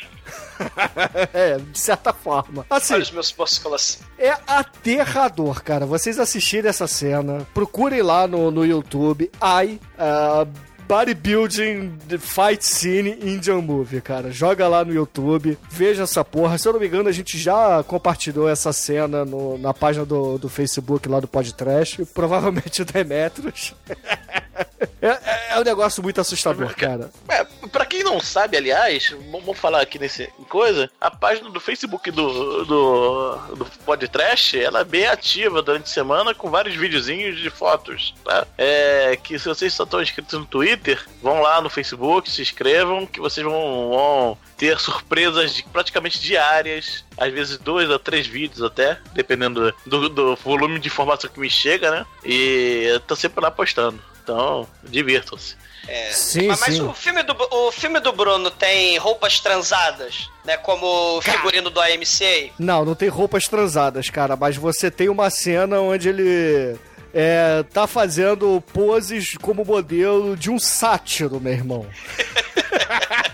É, de certa forma. Assim, olha os meus músculos. É aterrador, cara. Vocês assistirem essa cena, procurem lá no, no YouTube. I, uh, Bodybuilding Fight Scene Indian Movie, cara. Joga lá no YouTube, veja essa porra. Se eu não me engano, a gente já compartilhou essa cena no, na página do, do Facebook lá do Podcast. Provavelmente o Demetrius. É, é, é um negócio muito assustador, cara. É, pra quem não sabe, aliás, vamos falar aqui nesse coisa, a página do Facebook do, do, do Podcast, ela é bem ativa durante a semana com vários videozinhos de fotos, tá? É, que se vocês só estão inscritos no Twitter, vão lá no Facebook, se inscrevam, que vocês vão, vão ter surpresas de, praticamente diárias, às vezes dois ou três vídeos até, dependendo do, do volume de informação que me chega, né? E eu tô sempre lá postando. Então, divirtam-se. É, sim, mas sim. o filme, do, o filme do Bruno tem roupas transadas, né? Como o figurino do Y M C A? Não, não tem roupas transadas, cara. Mas você tem uma cena onde ele é, tá fazendo poses como modelo de um sátiro, meu irmão.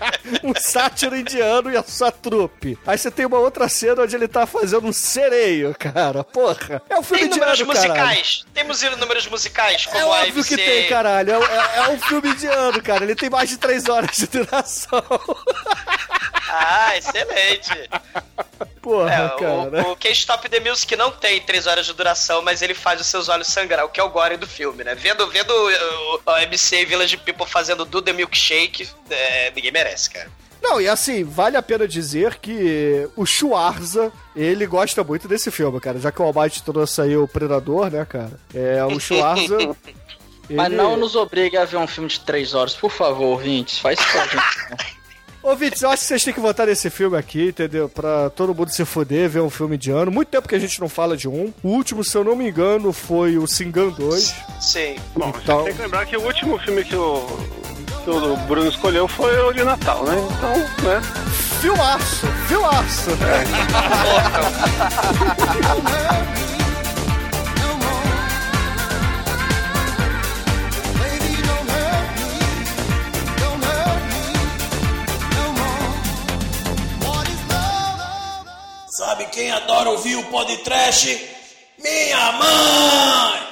um sátiro indiano e a sua trupe. Aí você tem uma outra cena onde ele tá fazendo um sereio, cara. Porra. É um filme Tem números indiano, caralho. musicais. Temos números musicais, como É a óbvio M C. que tem, caralho. É, é, é um filme indiano, cara. Ele tem mais de três horas de duração. Ah, excelente. Porra, É, cara. o, o Can't Stop the Music não tem três horas de duração, mas ele faz os seus olhos sangrar, o que é o gore do filme, né? Vendo, vendo o, o M C Village People fazendo Do The Milkshake, é, ninguém merece, cara. Não, e assim, vale a pena dizer que o Schwarza, ele gosta muito desse filme, cara. Já que o Almighty trouxe aí o Predador, né, cara? É, o Schwarza... Mas ele... não nos obrigue a ver um filme de três horas, por favor, ouvintes. Faz isso pra gente. Ouvintes, eu acho que vocês têm que votar nesse filme aqui, entendeu? Pra todo mundo se fuder, ver um filme indiano. Muito tempo que a gente não fala de um. O último, se eu não me engano, foi o Singan dois. Sim. Bom, Então- tem que lembrar que o último filme que o, que o Bruno escolheu foi o de Natal, né? Então, né? Filmaço! Filmaço! Sabe quem adora ouvir o podcast? Minha mãe!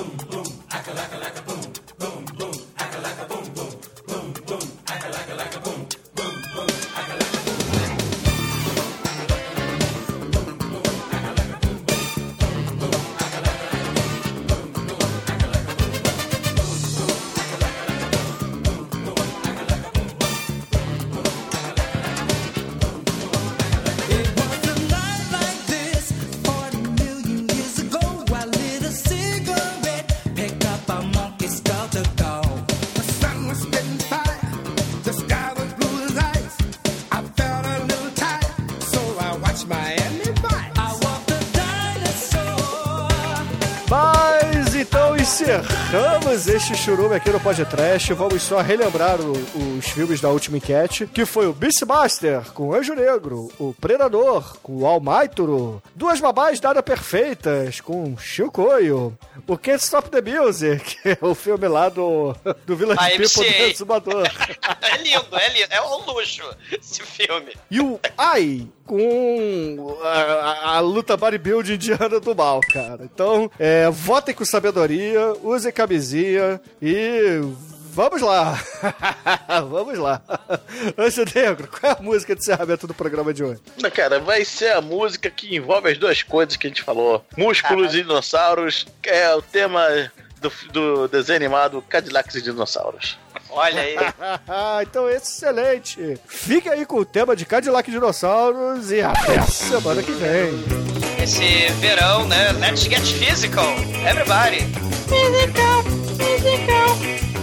Mas então encerramos este churume aqui no podcast. Vamos só relembrar o- os filmes da última enquete, que foi o Beastmaster com Anjo Negro, o Predador com o Almaituro, Duas Babás Nada Perfeitas com Chicoio, o Can't Stop the Music, o filme lá do, do Village A People M C A. do Exumador. É lindo, é lindo. É um luxo esse filme. E o Ai com a, a- a luta bodybuilding indiana do mal, cara. Então, é, votem com sabedoria, usem camisinha e vamos lá. Vamos lá. Anjo Negro, qual é a música de encerramento do programa de hoje? Cara, vai ser a música que envolve as duas coisas que a gente falou. Músculos e dinossauros. É o tema do, do desenho animado Cadillacs e Dinossauros. Olha aí. Então, excelente. Fique aí com o tema de Cadillac e Dinossauros e até a semana que vem. Esse verão, né? Let's get physical. Everybody. Physical, physical.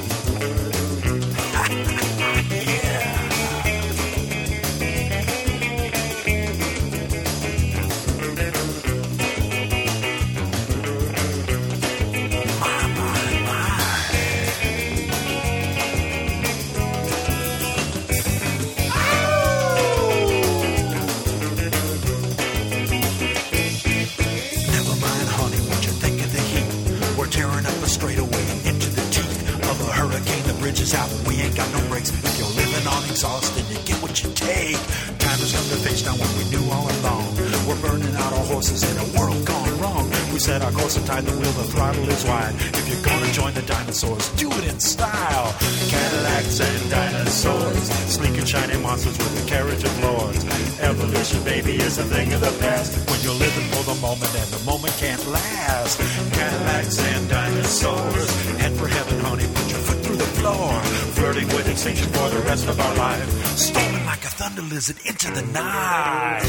Never mind, honey, what you think of the heat? We're tearing up a straightaway into the teeth of a hurricane. The bridge is out, we ain't got no brakes. If you're living on exhaust, then you get what you take. Time has come to face down what we knew all along. We're burning out our horses in a world gone wrong. We set our course and tied the wheel, the throttle is wide. If you're gonna join the dinosaurs, do it in style. Cadillacs and dinosaurs, sleek and shiny monsters with the carriage of lords. Evolution, baby, is a thing of the past. When you're living for the moment and the moment can't last. Cadillacs and dinosaurs, head for heaven, honey, put your foot through the floor. Flirting with extinction for the rest of our life. Storming like a thunder lizard into the night.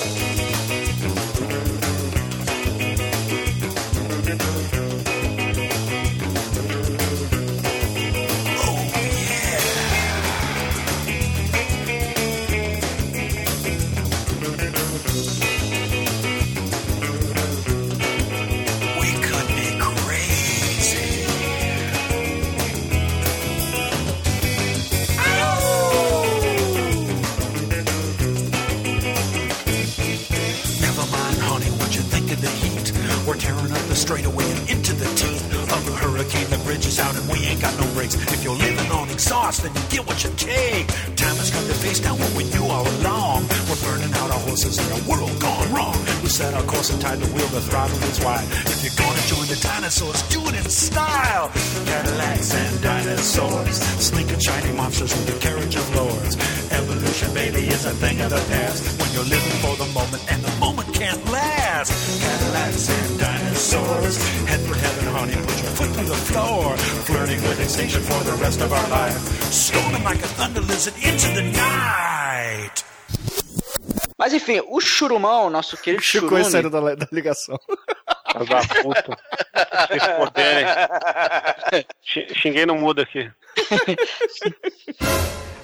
We could be crazy. then you get what you take. Time has come to face down what we knew all along. We're burning out our horses in a world gone wrong. We set our course and tied the wheel, the throttle is wide. If you're gonna join the dinosaurs, do it in style. Cadillacs and dinosaurs, sleek and shiny monsters with the carriage of lords. Evolution, baby, is a thing of the past. When you're living for the moment and the moment can't last. Cadillacs and dinosaurs, head for heaven, honey, put your foot through the floor. Flirting with extinction for the rest of our life. Storming like a thunder lizard into the night. Mas enfim, o Churumão, nosso querido Chico Churume... saindo da, da ligação. Da puta. Se foderem. Xinguei no mudo aqui.